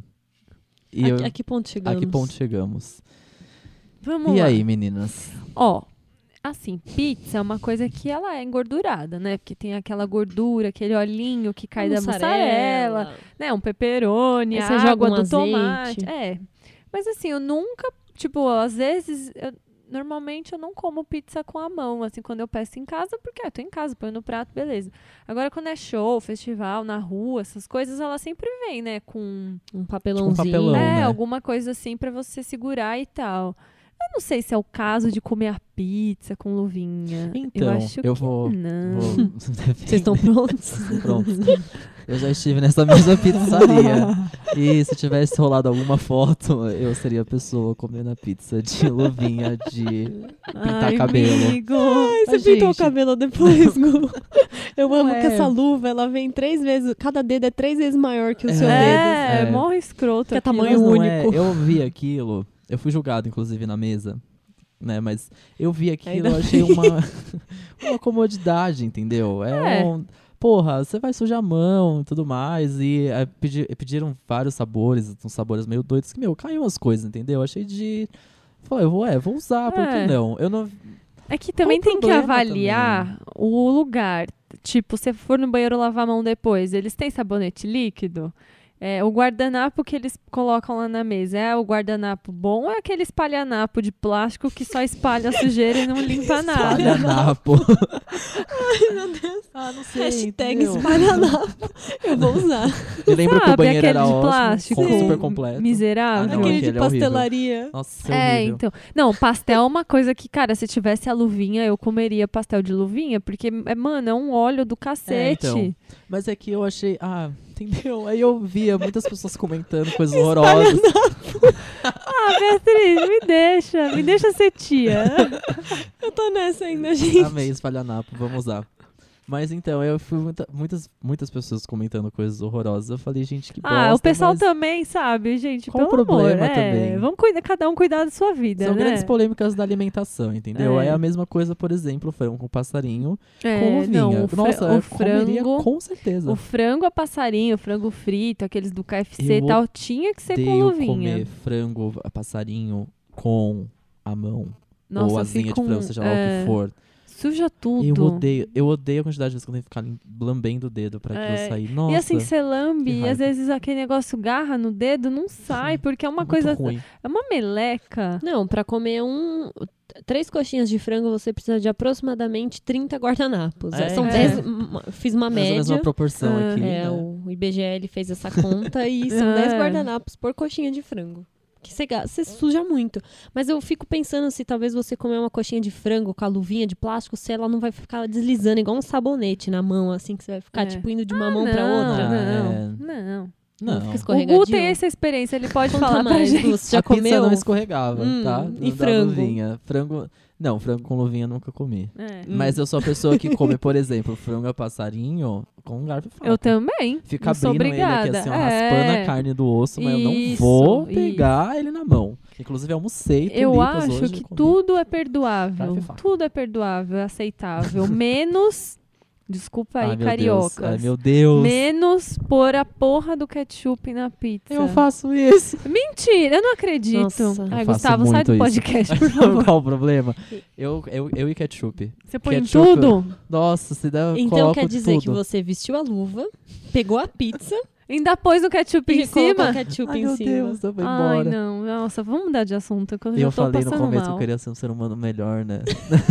E A que ponto chegamos? a que ponto chegamos? Vamos E lá. aí, meninas? Ó, assim, pizza é uma coisa que ela é engordurada, né? Porque tem aquela gordura, aquele olhinho que cai da mussarela, né? Um pepperoni, Aí a você joga água um do azeite. tomate. É. Mas assim, eu nunca, tipo, às vezes, normalmente eu não como pizza com a mão, assim, quando eu peço em casa, porque eu tô em casa, põe no prato, beleza. Agora, quando é show, festival, na rua, essas coisas, ela sempre vem, né? Com Um papelãozinho. papelão. Não, né? alguma coisa assim pra você segurar e tal. Eu não sei se é o caso de comer a pizza com luvinha. Então, eu acho eu que vou- não. Vocês estão prontos? Pronto. Eu já estive nessa mesma pizzaria. E se tivesse rolado alguma foto, eu seria a pessoa comendo a pizza de luvinha de pintar Ai, cabelo. amigo. Ai, você Mas, pintou o gente- cabelo depois, Gu. Eu amo Ué. que essa luva, ela vem 3 vezes, cada dedo é 3 vezes maior que o seu dedo. É, É. morre escroto. Que é aquilo. tamanho Mas não único. eu vi aquilo, eu fui julgado, inclusive, na mesa, né? Mas eu vi aquilo, Ainda eu achei uma comodidade, entendeu? É. Porra, você vai sujar a mão e tudo mais. E pediram vários sabores, uns sabores meio doidos, que, caiu umas coisas, entendeu? Eu achei de... Falei, vou usar, por que É. não? Eu não... É que também Qual o tem que problema avaliar o lugar. Tipo, se for no banheiro lavar a mão depois, eles têm sabonete líquido? O guardanapo que eles colocam lá na mesa, é o guardanapo bom ou é aquele espalhanapo de plástico que só espalha a sujeira e não limpa nada? Espalhanapo. Ai, meu Deus. Ah, não sei, Hashtag entendeu? espalhanapo. Eu vou usar. Eu lembro que o Sabe, banheiro aquele era de ótimo, plástico super completo. miserável? Ah, não, Aquele de aquele é horrível. pastelaria. Nossa, é horrível. Então. Não, pastel é uma coisa que, cara, se tivesse a luvinha, eu comeria pastel de luvinha, porque, mano, é um óleo do cacete. Então. Mas é que eu achei... entendeu? Aí eu via muitas pessoas comentando coisas horrorosas. Beatriz, me deixa ser tia. Eu tô nessa ainda, gente. Amei espalhanapo, vamos usar. Mas então, eu fui muitas pessoas comentando coisas horrorosas. Eu falei, gente, que bosta. O pessoal mas também, sabe, gente? Qual pelo o problema amor, também? Vamos cada um cuidar da sua vida, São né? grandes polêmicas da alimentação, entendeu? É. É a mesma coisa, por exemplo, o frango com passarinho com É, luvinha. não, Nossa, o eu comeria frango, com certeza. o frango a passarinho, o frango frito, aqueles do KFC e Eu tal, tinha que ser com Odeio luvinha. comer frango a passarinho com a mão. Nossa, ou eu asinha fico de frango, seja lá o que for. Suja tudo. Eu odeio a quantidade de vezes que eu tenho que ficar lambendo o dedo pra aquilo sair. Nossa, E assim, você lambe que e às raiva. vezes aquele negócio garra no dedo, não sai, porque é uma muito coisa... ruim. É uma meleca. Não, pra comer 3 coxinhas de frango, você precisa de aproximadamente 30 guardanapos. São então. 10... Fiz uma Mais ou menos média. uma proporção aqui. né? O IBGE ele fez essa conta e são 10 guardanapos por coxinha de frango. Que você suja muito. Mas eu fico pensando se talvez você comer uma coxinha de frango com a luvinha de plástico, se ela não vai ficar deslizando igual um sabonete na mão, assim, que você vai ficar tipo indo de uma mão pra outra. Não. Não. Fica O escorregadio. Gu tem essa experiência, ele pode Conta falar pra mais, gente. Gu, você já A pizza comeu? não escorregava, tá? E Não dá frango? luvinha. Não, frango com luvinha eu nunca comi. É. Mas eu sou a pessoa que come, por exemplo, frango a passarinho com garfo e faca. Eu também. Fica não sou abrindo ele aqui obrigada. assim, ó, raspando a carne do osso, mas eu não Isso, vou pegar ele na mão. Inclusive, eu almocei Eu tulipas acho hoje, que comi. tudo é perdoável. Garfo e faca. Tudo é perdoável, é aceitável. Menos, desculpa aí, Ai, meu cariocas. Deus. Ai, meu Deus. Menos pôr a porra do ketchup na pizza. Eu faço isso. Mentira, eu não acredito. Nossa. Ai, Eu faço Gustavo, sai muito do isso. podcast, por favor. Qual o problema? Eu e ketchup. Você põe em Ketchup, tudo? Nossa, se der, eu Então coloco quer dizer tudo. que você vestiu a luva, pegou a pizza, Ainda pôs o ketchup em E colocou cima? ketchup Ai, em meu cima. Deus, eu vou Ai, embora. não. Nossa, vamos mudar de assunto, que eu E já eu tô falei no passando começo que mal. eu queria ser um ser humano melhor, né?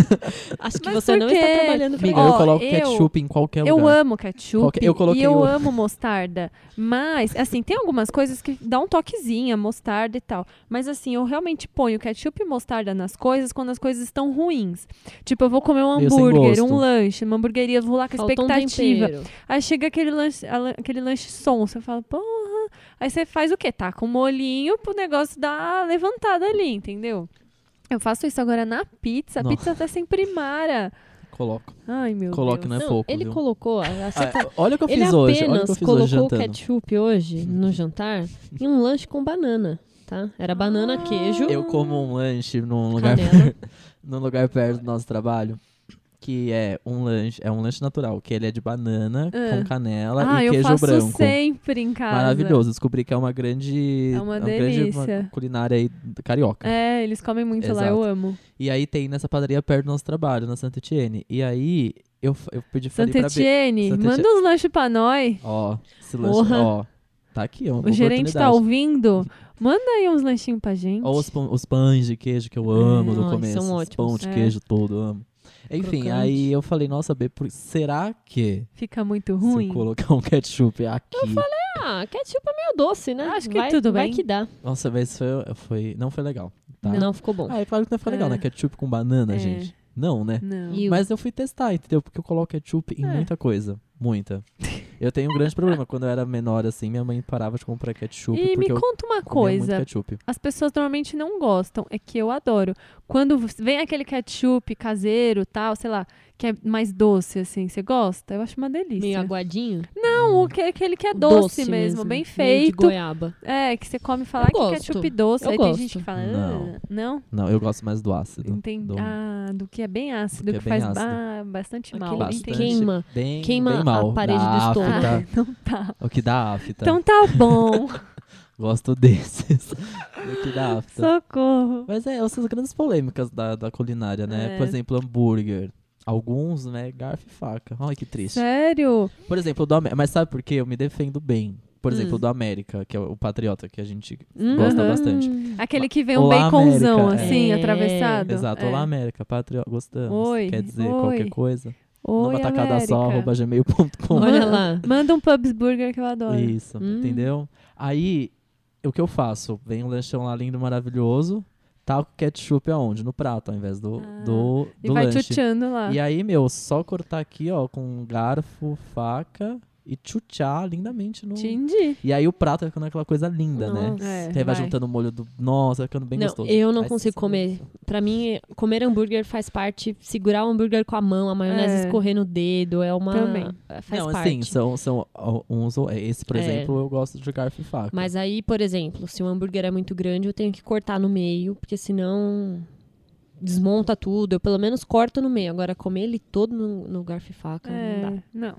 Acho que Mas você por não quê? está trabalhando pra Amiga, Ó, eu coloco eu- ketchup em qualquer Eu lugar. amo ketchup Eu coloquei e eu o- amo mostarda. Mas, assim, tem algumas coisas que dá um toquezinho, a mostarda e tal. Mas, assim, eu realmente ponho ketchup e mostarda nas coisas quando as coisas estão ruins. Tipo, eu vou comer um Meio sem hambúrguer, gosto. um lanche, uma hamburgueria, vou lá com Faltou um expectativa. tempero. Aí chega aquele lanche sonso, você fala, porra. Aí você faz o quê? Tá com molhinho pro negócio dar a levantada ali, entendeu? Eu faço isso agora na pizza. A Nossa. pizza tá sem primara. Coloco. Ai, meu Coloque, Deus. não é pouco, ele viu? colocou... Olha o que eu Ele fiz hoje. Olha o apenas que eu fiz hoje colocou o jantando. ketchup hoje no jantar em um lanche com banana, tá? Era banana, queijo, Eu como um lanche num lugar, canela. num lugar perto do nosso trabalho, que é um lanche natural, que ele é de banana com canela e eu queijo faço branco. sempre em casa. Maravilhoso. Descobri que é uma grande, É uma grande delícia. culinária aí carioca. É, eles comem muito lá, eu Exato. amo. E aí tem nessa padaria perto do nosso falei na Santa Etienne. E aí eu pedi falei Santa pra Etienne, Santa manda uns lanches pra nós. Ó, esse lanche, Porra. ó. Tá aqui, ó. O gerente tá ouvindo. Manda aí uns lanchinhos pra gente. Ó, os pães de queijo que eu amo do Ai, começo. são Os ótimos. pão de É. queijo todo, eu amo. Enfim, Crocante. aí eu falei, nossa, B, será que Fica muito se ruim. eu colocar um ketchup aqui? Ah, ketchup é meio doce, né? Acho que vai, tudo vai bem. que dá. Nossa, mas não foi legal. Tá? Não ficou bom. Ah, é claro que não foi legal, É. né? Ketchup com banana, É. gente. Não, né? Não. E o- Mas eu fui testar, entendeu? Porque eu coloco ketchup em É. muita coisa. Muita. Eu tenho um grande problema. Quando eu era menor, assim, minha mãe parava de comprar ketchup E me porque eu conta uma comia muito coisa. ketchup. As pessoas normalmente não gostam, é que eu adoro. Quando vem aquele ketchup caseiro, tal, sei lá, que é mais doce, assim, você gosta? Eu acho uma delícia. Meio aguadinho. Não, aquele que é doce, mesmo, bem meio feito. de goiaba. É, que você come e fala Eu que gosto. ketchup doce. Eu Aí tem gosto. gente que fala, Não. não? Não, eu gosto mais do ácido. Entendi. Do- Do que é bem ácido, Do que que é bem faz ácido. bastante Aquele mal. que Bastante. Entendi. queima bem a mal. parede Dá do estômago. afta. Ah, então tá. O que dá afta. Então tá bom. Gosto desses. O que dá afta. Socorro. Mas essas grandes polêmicas da culinária, né? É. Por exemplo, hambúrguer. Alguns, né? Garfo e faca. Ai, que triste. Sério? Por exemplo, mas sabe por quê? Eu me defendo bem. Por exemplo, do América, que é o Patriota, que a gente gosta Aham. bastante. Aquele que vem um Olá, baconzão, América. assim, É. atravessado. Exato. É. Olá, América. Patriota, gostamos. Oi, Quer dizer, oi. qualquer coisa. Oi, Numa tacada só, América. @gmail.com. Olha lá. Manda um Pubs Burger que eu adoro. Isso, entendeu? Aí, o que eu faço? Vem um lanchão lá lindo, maravilhoso. Tá com ketchup aonde? No prato, ao invés do E vai lanche. tchutchando lá. E aí, meu, só cortar aqui, ó, com garfo, faca e tchutchar lindamente no... Entendi. E aí o prato vai ficando aquela coisa linda, né? Nossa. É, Que aí vai juntando o molho do... Nossa, vai ficando bem Não, gostoso. eu não Vai consigo ser- comer. Pra mim, comer hambúrguer faz parte. Segurar o hambúrguer com a mão, a maionese É. escorrer no dedo, é uma. Também. Faz Não, parte. assim, são uns... Esse, por É. exemplo, eu gosto de garfo e faca. Mas aí, por exemplo, se o hambúrguer é muito grande, eu tenho que cortar no meio, porque senão desmonta tudo. Eu pelo menos corto no meio. Agora, comer ele todo no garfo e faca, não dá. Não.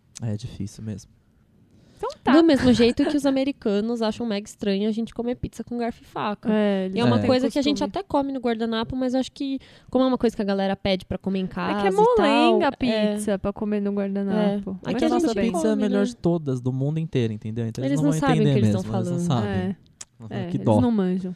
É difícil mesmo. Então tá. Do mesmo jeito que os americanos acham mega estranho a gente comer pizza com garfo e faca. Eles E é uma não têm coisa que a gente costume. até come no guardanapo, mas eu acho que, como é uma coisa que a galera pede pra comer em casa É que é e tal, molenga a pizza pra comer no guardanapo. É. Mas Aqui a a nossa gente pizza é a come, melhor né? de todas, do mundo inteiro, entendeu? Então eles Eles não não vão sabem o entender que eles mesmo, estão eles não falando. sabem. Que eles dó. não manjam.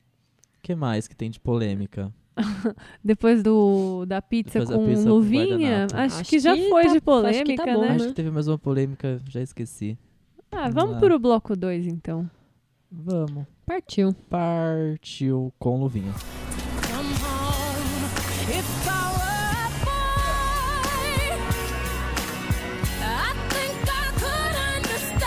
O que mais que tem de polêmica? Depois da pizza Depois da com pizza com luvinha, guardanapo. acho Acho que já que foi tá- de acho que polêmica, tá bom, né? Acho né? que teve mais uma polêmica, já esqueci. Vamos Ah. pro bloco 2, então. Vamos. Partiu. Partiu com luvinha. Come home if I were a boy. I think I could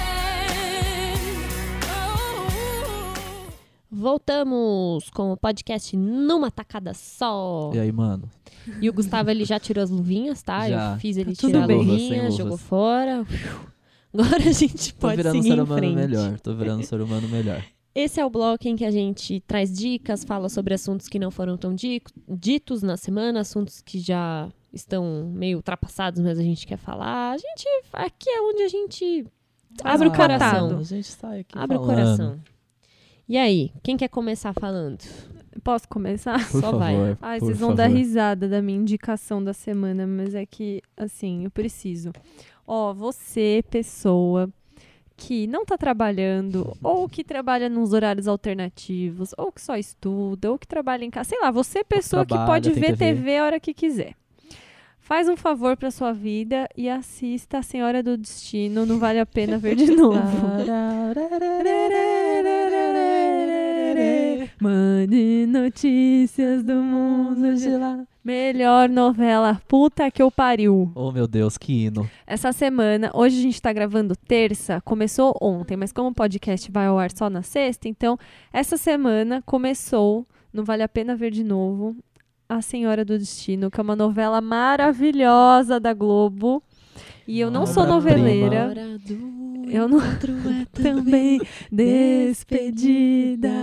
understand. Oh. Voltamos com o podcast numa tacada só. E aí, mano? E o Gustavo, ele já tirou as luvinhas, tá? Já. Eu fiz ele Tá tudo tirar a bem. Sem luvinha, luvas. jogou fora. Agora a gente Tô pode virando um seguir ser em humano frente. melhor. Tô virando um ser humano melhor. Esse é o bloco em que a gente traz dicas, fala sobre assuntos que não foram tão ditos na semana, assuntos que já estão meio ultrapassados, mas a gente quer falar. Aqui é onde a gente abre o coração. A gente sai aqui Abre o falando. coração. E aí, quem quer começar falando? Posso começar? Por Só favor, vai. Ai, por vocês vão favor. dar risada da minha indicação da semana, mas é que, assim, eu preciso. Ó, você, pessoa que não tá trabalhando, ou que trabalha nos horários alternativos, ou que só estuda, ou que trabalha em casa, sei lá, você é pessoa que trabalha, pode tem ver TV. TV a hora que quiser. Faz um favor pra sua vida e assista A Senhora do Destino, não vale a pena ver de novo. Mande notícias do mundo de lá. Melhor novela, puta que eu pariu. Oh, meu Deus, que hino. Essa semana, hoje a gente tá gravando terça, começou ontem, mas como o podcast vai ao ar só na sexta, então essa semana começou, não vale a pena ver de novo, A Senhora do Destino, que é uma novela maravilhosa da Globo. E eu não sou noveleira. Eu não também despedida.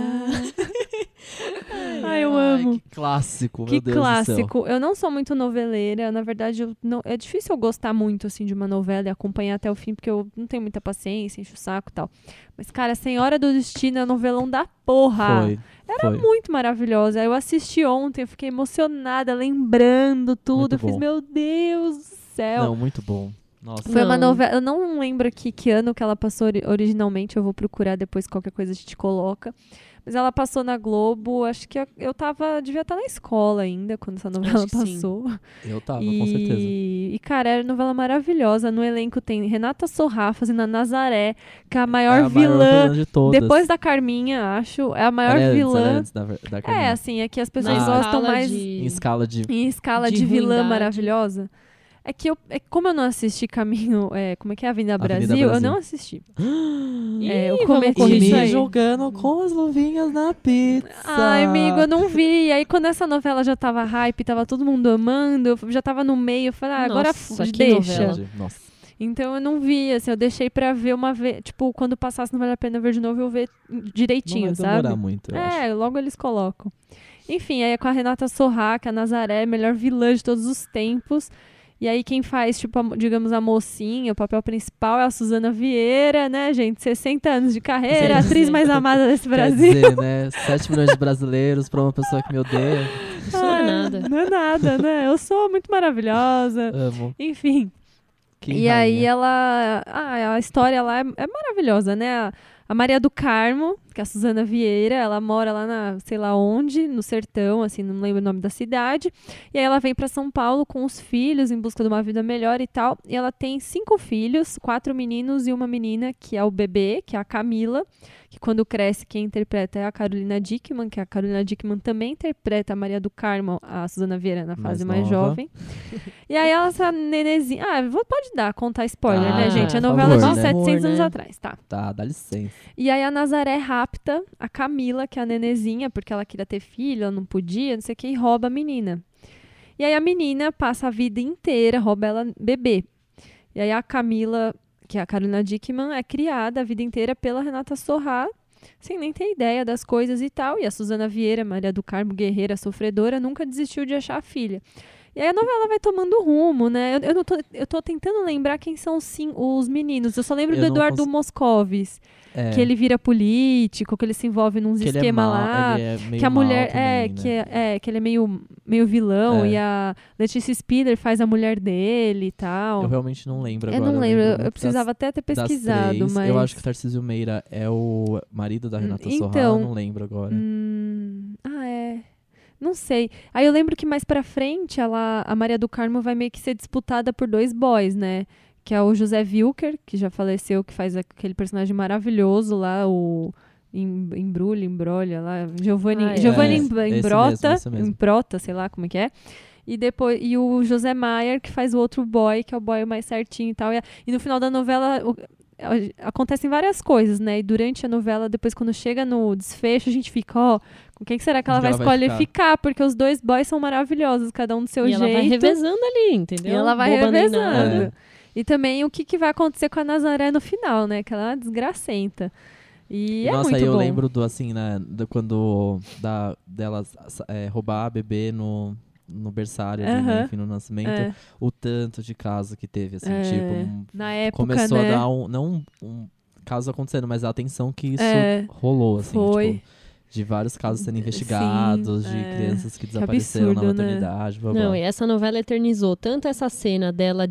Ai, eu amo. Que clássico, Que meu Deus do céu. clássico. Eu não sou muito noveleira. Na verdade, é difícil eu gostar muito assim de uma novela e acompanhar até o fim, porque eu não tenho muita paciência, encho o saco e tal. Mas, cara, Senhora do Destino é um novelão da porra. Era muito maravilhosa. Eu assisti ontem, eu fiquei emocionada, lembrando tudo. Muito Eu fiz, bom. meu Deus do céu. Não, muito bom. Nossa. Foi uma Não. novela, eu não lembro que ano que ela passou originalmente, eu vou procurar depois, qualquer coisa a gente coloca. Mas ela passou na Globo, acho que eu devia estar na escola ainda, quando essa novela Acho que sim. passou. Eu tava, com certeza. E, cara, era uma novela maravilhosa. No elenco tem Renata Sorrah fazendo a Nazaré, que é a maior vilã. De todas. Depois da Carminha, acho. É a maior Ela é vilã. antes da É, Carminha. assim, é que as pessoas Na gostam escala mais Em escala de... em escala de de vilã ruindade. maravilhosa. É que como eu não assisti Caminho, como é que é Avenida Avenida Brasil, eu Brasil. não assisti. Ih, eu vamos cometi corrigir isso me aí. jogando com as luvinhas na pizza. Ai, amigo, eu não vi. E aí, quando essa novela já tava hype, tava todo mundo amando, eu já tava no meio, eu falei, agora Nossa, que deixa. novela. Nossa. Então eu não vi, assim, eu deixei pra ver uma vez. Tipo, quando passasse Não Vale a Pena Ver de Novo, eu ver direitinho, Não vai demorar sabe? muito, eu acho. Logo eles colocam. Enfim, aí é com a Renata Sorrah, que é a Nazaré, melhor vilã de todos os tempos. E aí quem faz, tipo, digamos, a mocinha, o papel principal é a Suzana Vieira, né, gente? 60 anos de carreira, a atriz mais amada desse Quer Brasil. dizer, né? 7 milhões de brasileiros pra uma pessoa que me odeia. Isso não é nada. Não é nada, né? Eu sou muito maravilhosa. Amo. Enfim. Que E aí rainha. ela... a história lá é maravilhosa, né? A Maria do Carmo, que é a Suzana Vieira, ela mora lá na, sei lá onde, no sertão, assim, não lembro o nome da cidade. E aí ela vem pra São Paulo com os filhos, em busca de uma vida melhor e tal. E ela tem 5 filhos, 4 meninos e uma menina, que é o bebê, que é a Camila, que quando cresce quem interpreta é a Carolina Dickman, que a Carolina Dickman também interpreta a Maria do Carmo, a Suzana Vieira na fase mais nova. jovem. E aí ela, essa nenezinha... pode contar spoiler, Ah, né, gente? É por novela favor, de né? 700 anos né? atrás, tá? Tá, dá licença. E aí a Nazaré rapta a Camila, que é a nenezinha, porque ela queria ter filho, ela não podia, não sei o que, e rouba a menina. E aí a menina passa a vida inteira, rouba ela bebê. E aí a Camila, que é a Carolina Dickman, é criada a vida inteira pela Renata Sorrah, sem nem ter ideia das coisas e tal. E a Suzana Vieira, Maria do Carmo, guerreira, sofredora, nunca desistiu de achar a filha. E aí a novela vai tomando rumo, né? Eu tô tentando lembrar quem são os meninos. Eu só lembro Eu do não Eduardo Moscovis, É, que ele vira político, que ele se envolve nos que ele é esquemas mal, lá. ele é meio Que a mulher mal também, né? que ele é meio vilão, É. e a Letícia Spiller faz a mulher dele e tal. Eu realmente não lembro Eu agora. não lembro, muito eu precisava até ter das pesquisado, três. mas... Eu acho que o Tarcísio Meira é o marido da Renata Sorrah, então, não lembro agora. Não sei. Aí eu lembro que mais pra frente, a Maria do Carmo vai meio que ser disputada por 2 boys, né? Que é o José Wilker, que já faleceu, que faz aquele personagem maravilhoso lá, o Embrulha lá, Giovanni Ah, é. Imbrota, Esse mesmo. Improta, sei lá como é que é. E o José Maier, que faz o outro boy, que é o boy mais certinho e tal. E no final da novela acontecem várias coisas, né? E durante a novela, depois quando chega no desfecho, a gente fica, com quem que será que ela vai escolher ficar? Porque os 2 boys são maravilhosos, cada um do seu E jeito. ela vai revezando ali, entendeu? E ela vai Boba nem revezando. nada. E também o que vai acontecer com a Nazaré no final, né? Que ela é uma desgracenta. E é Nossa, muito aí eu bom. lembro do, assim, né, quando delas roubar a bebê no berçário, ali, né, enfim, no nascimento, É. o tanto de caso que teve, assim, É. tipo, Na época, começou né? a dar não um caso acontecendo, mas a atenção que isso É. rolou, assim, Foi. tipo, de vários casos sendo investigados, Sim, de é. crianças que desapareceram absurdo, na né? maternidade, blá, blá. Não, e essa novela eternizou tanto essa cena dela de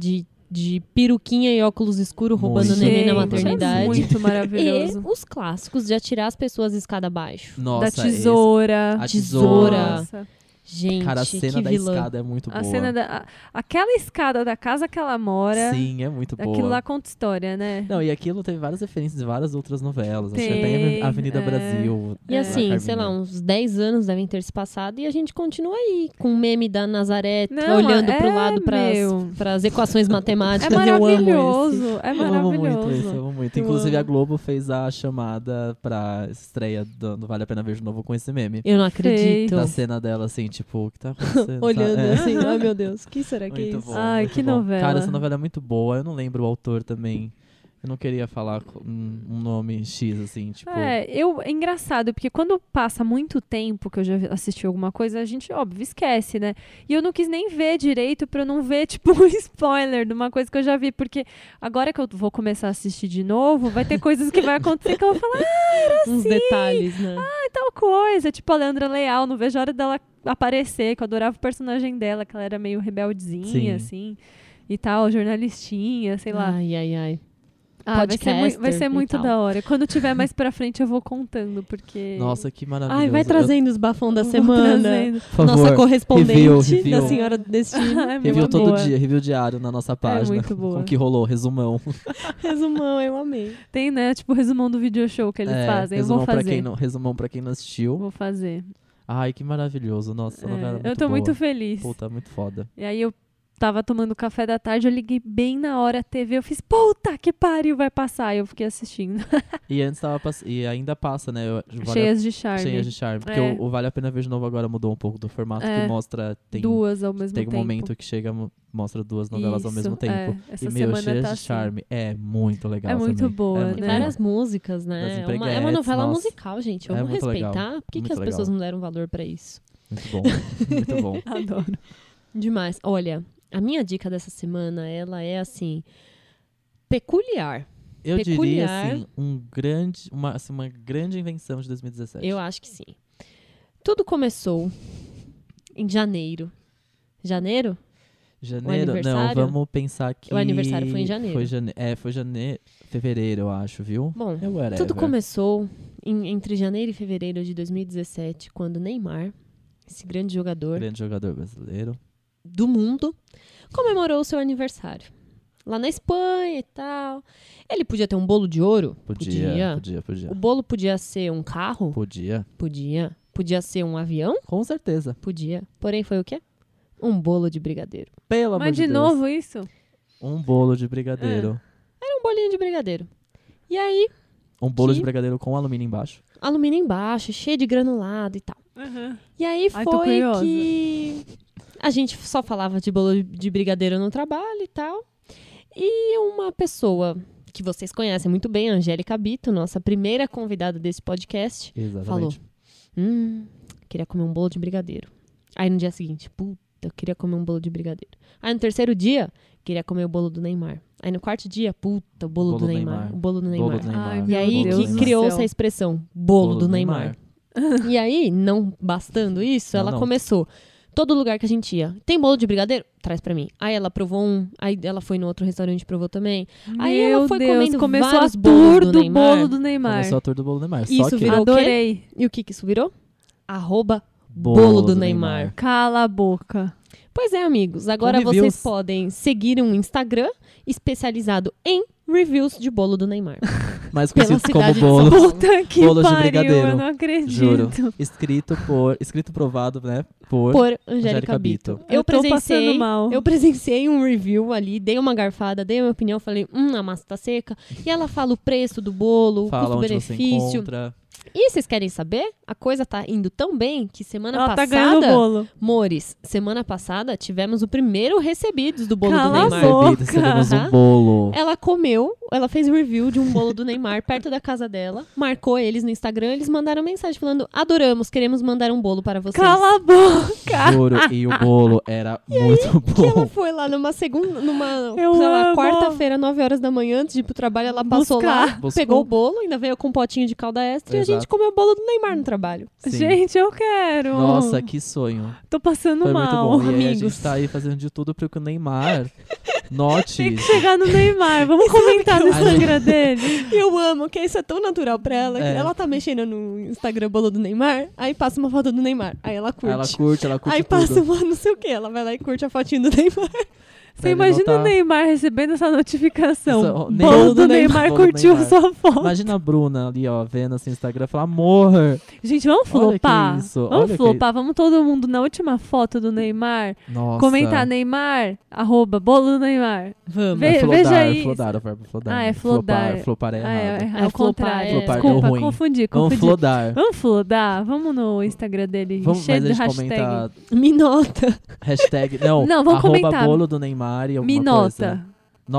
de peruquinha e óculos escuros roubando Muito. neném na Gente, maternidade. É muito E maravilhoso. os clássicos de atirar as pessoas escada abaixo. Nossa, Da tesoura. A Tesoura. Nossa. Gente, Cara, a cena que da vilã. escada é muito boa. A cena aquela escada da casa que ela mora. Sim, é muito boa. Aquilo lá conta história, né? Não, e aquilo teve várias referências de várias outras novelas. Acho que Tem, até Avenida é. Brasil. E da assim, sei Carminha. lá, uns 10 anos devem ter se passado e a gente continua aí, com o meme da Nazaré, Não, olhando pro é, lado meu. para as equações É matemáticas. Eu amo esse. maravilhoso. É Eu amo muito maravilhoso. isso, eu amo muito. Eu Inclusive, amo. a Globo fez a chamada pra estreia do Vale a Pena Ver de Novo com esse meme. Eu não acredito. Da cena dela, assim, tipo, o que tá acontecendo? Olhando sabe? É. assim, ai meu Deus, o que será que é Muito isso? bom, Ai, muito que bom. novela. Cara, essa novela é muito boa. Eu não lembro o autor também. Eu não queria falar um nome X, assim, tipo... É engraçado, porque quando passa muito tempo que eu já assisti alguma coisa, a gente, óbvio, esquece, né? E eu não quis nem ver direito pra eu não ver, tipo, um spoiler de uma coisa que eu já vi, porque agora que eu vou começar a assistir de novo, vai ter coisas que vai acontecer que eu vou falar, Uns detalhes, né? tal coisa, tipo a Leandra Leal, não vejo a hora dela aparecer, que eu adorava o personagem dela, que ela era meio rebeldezinha, Sim. assim, e tal, jornalistinha, sei lá. Ai, ai, ai. Ah, vai ser podcaster muito e tal. da hora. Quando tiver mais pra frente eu vou contando, porque... Nossa, que maravilhoso. Ai, vai trazendo os bafão da eu vou semana. trazendo. Por favor, Nossa correspondente review. da Senhora do Destino. É Review muito todo boa. dia, review diário na nossa página. muito boa. Com o que rolou, resumão. Resumão, eu amei. Tem, né, tipo o resumão do video show que eles fazem. Eu resumão vou pra fazer. resumão pra quem não assistiu. Vou fazer. Ai, que maravilhoso. Nossa, a novela é muito eu tô boa. muito feliz. Puta, muito foda. E aí eu tava tomando café da tarde, eu liguei bem na hora a TV, eu fiz, puta que pariu, vai passar. E eu fiquei assistindo. E antes e ainda passa, né? Cheias de charme. Cheias de charme. Porque É. o Vale a Pena Ver de Novo agora mudou um pouco do formato, É. que mostra... Tem Duas ao mesmo um tempo. momento que chega, mostra duas novelas ao Isso, mesmo tempo. Essa E, semana Cheias tá de assim. Charme é muito legal É muito também. boa, é né? muito Tem boa. várias músicas, Das né? É empreguetes, uma novela nossa. musical, gente. É Vamos muito legal. respeitar. Por que Muito as legal. pessoas não deram valor pra isso? Muito bom, muito bom. Adoro. Demais. Olha, a minha dica dessa semana, ela é assim, peculiar. Eu Peculiar. diria, assim, uma grande invenção de 2017. Eu acho que sim. Tudo começou em janeiro. Janeiro? Janeiro? Não, aniversário? vamos pensar que... O aniversário foi em janeiro. Foi janeiro, fevereiro, eu acho, viu? Bom, É whatever. tudo começou entre janeiro e fevereiro de 2017, quando Neymar, esse grande jogador Grande jogador brasileiro. do mundo, comemorou o seu aniversário. Lá na Espanha e tal. Ele podia ter um bolo de ouro? Podia. O bolo podia ser um carro? Podia. Podia. Podia ser um avião? Com certeza. Podia. Porém, foi o quê? Um bolo de brigadeiro. Pelo amor Mas de de Deus. novo isso? Um bolo de brigadeiro. Era um bolinho de brigadeiro. E aí, Um bolo Que- de brigadeiro com alumínio embaixo. alumínio embaixo, cheio de granulado e tal. E aí Ai, tô foi curiosa. que a gente só falava de bolo de brigadeiro no trabalho e tal. E uma pessoa que vocês conhecem muito bem, a Angélica Bito, nossa primeira convidada desse podcast, falou: Exatamente. queria comer um bolo de brigadeiro. Aí no dia seguinte, puta, eu queria comer um bolo de brigadeiro. Aí no terceiro dia, queria comer o bolo do Neymar. Aí no quarto dia, puta, o bolo do Neymar. O bolo do Neymar. Bolo do Neymar. Ai, E meu aí Deus que do criou-se céu. a expressão bolo do Neymar. E aí, não bastando isso, Não, ela não. começou. Todo lugar que a gente ia, tem bolo de brigadeiro? Traz pra mim. Aí ela provou um, aí ela foi no outro restaurante e provou também. Aí ela Meu foi Deus, comendo começou a vários tour bolos do do Neymar. bolo do Neymar. Começou a tour do bolo do Neymar. Isso Só que virou o quê? Adorei. E o que isso virou? @ bolo do Neymar. Cala a boca. Pois é, amigos. Agora reviews. vocês podem seguir um Instagram especializado em reviews de bolo do Neymar. mais pela conhecido como cidade de São bolo. Paulo. Puta que Bolo de pariu, brigadeiro. eu não acredito. Juro. Escrito provado, né? Por Por Angélica Angélica Bito. Bito. Eu tô passando mal. Eu presenciei um review ali, dei uma garfada, dei a minha opinião, falei, a massa tá seca. E ela fala o preço do bolo, o Fala onde você custo-benefício. encontra. E vocês querem saber? A coisa tá indo tão bem que semana Ela tá ganhando passada, bolo. Mores, semana passada tivemos o primeiro recebidos do bolo Cala do a Neymar. boca. Bebidas, recebemos Tá? um bolo. Ela comeu, ela fez review de um bolo do Neymar perto da casa dela, marcou eles no Instagram, eles mandaram mensagem falando: adoramos, queremos mandar um bolo para vocês. Cala a boca. Juro, e o bolo era muito Que ela bom. foi lá numa Eu sei lá, amo. quarta-feira, 9 horas da manhã, antes de ir pro trabalho, ela passou Buscar. lá, Buscou. pegou o bolo, ainda veio com um potinho de calda extra e a gente Exato. comeu o bolo do Neymar no trabalho. Sim. Gente, eu quero. Nossa, que sonho. Tô passando Foi mal. muito bom. E aí a amigos. gente tá aí fazendo de tudo para que o Neymar Note Tem que isso. chegar no Neymar. Vamos comentar no Instagram dele. Eu amo, que isso é tão natural pra ela. Que É. ela tá mexendo no Instagram bolo do Neymar, aí passa uma foto do Neymar. Aí ela curte. Ela curte Aí tudo. passa uma não sei o que. Ela vai lá e curte a fotinho do Neymar. Você Pra ele imagina notar. o Neymar recebendo essa notificação. Isso, ó, Bolo Neymar- do Neymar Bolo do curtiu Neymar. sua foto. Imagina a Bruna ali, ó, vendo assim no Instagram e falar, amor, Gente, vamos Olha que flopar. isso, olha Vamos que- flopar. Vamos todo mundo na última foto do Neymar. nossa. Comentar Neymar, @ bolo do Neymar. Vamos. Vê- Flodar, veja aí. Flodar, o verbo flodar. Ah, é né? flodar. Flopar é Ah, errado. é É, ao flopar, contrário. flopar deu Desculpa, ruim. confundi. Vamos flodar. Vamos flodar? Vamos no Instagram dele, Vamos, cheio mas a de gente hashtag. comenta Me nota. hashtag, não, Não, vamos arroba comentar. bolo do Neymar e alguma Me coisa. nota.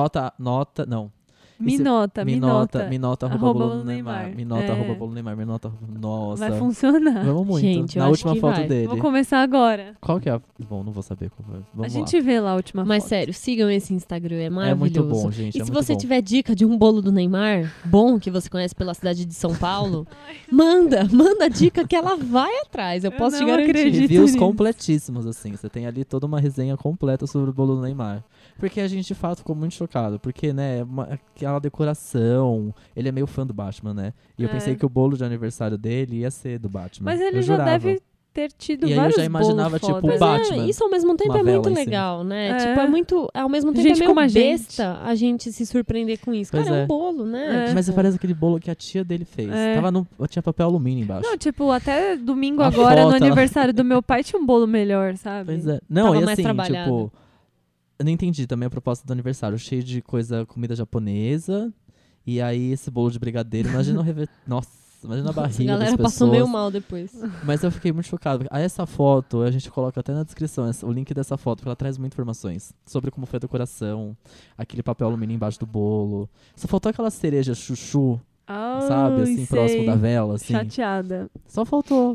Nota, não. Me Esse- nota, me nota. Me nota, Arroba arroba bolo bolo do Neymar. Neymar. Me nota, É. arroba bolo do Neymar. Me nota, nossa. Vai funcionar. Vamos muito. Gente, eu Na acho última que foto vai. dele. Vou começar agora. Qual que é a... Bom, não vou saber qual foi. Vamos A gente vê lá a última Mas foto. sério, sigam esse Instagram, é lá. É maravilhoso. muito bom, gente. E é se muito você bom. tiver dica de um bolo do Neymar, bom, que você conhece pela cidade de São Paulo, manda dica que ela vai atrás, eu posso te não garantir. acredito. Reviews nisso. completíssimos, assim. Você tem ali toda uma resenha completa sobre o bolo do Neymar. Porque a gente, de fato, ficou muito chocado. Porque, né, aquela decoração... Ele é meio fã do Batman, né? E eu É. pensei que o bolo de aniversário dele ia ser do Batman. Mas ele Eu já jurava. deve ter tido E aí eu vários já imaginava, bolos tipo, fodas. o Mas Batman. isso ao mesmo tempo Uma é muito vela em cima. legal, né? É. Tipo, é muito. Ao mesmo tempo Gente é meio como a gente. besta a gente se surpreender com isso. Pois Cara, é é. um bolo, né? É. Mas Tipo, parece aquele bolo que a tia dele fez. É. Tinha papel alumínio embaixo. Não, tipo, até domingo A agora, no foto, ela- aniversário do meu pai, tinha um bolo melhor, sabe? Pois é. Não, Tava e mais assim, trabalhado. tipo... Eu não entendi também a proposta do aniversário. Cheio de comida japonesa. E aí esse bolo de brigadeiro. Imagina o Nossa, imagina a a barriga galera das passou pessoas. meio mal depois. Mas eu fiquei muito chocado. Aí essa foto, a gente coloca até na descrição o link dessa foto, porque ela traz muitas informações sobre como foi a decoração, aquele papel alumínio embaixo do bolo. Só faltou aquela cereja chuchu, sabe? Assim, Ai, próximo sei. da vela, assim. Chateada. Só faltou.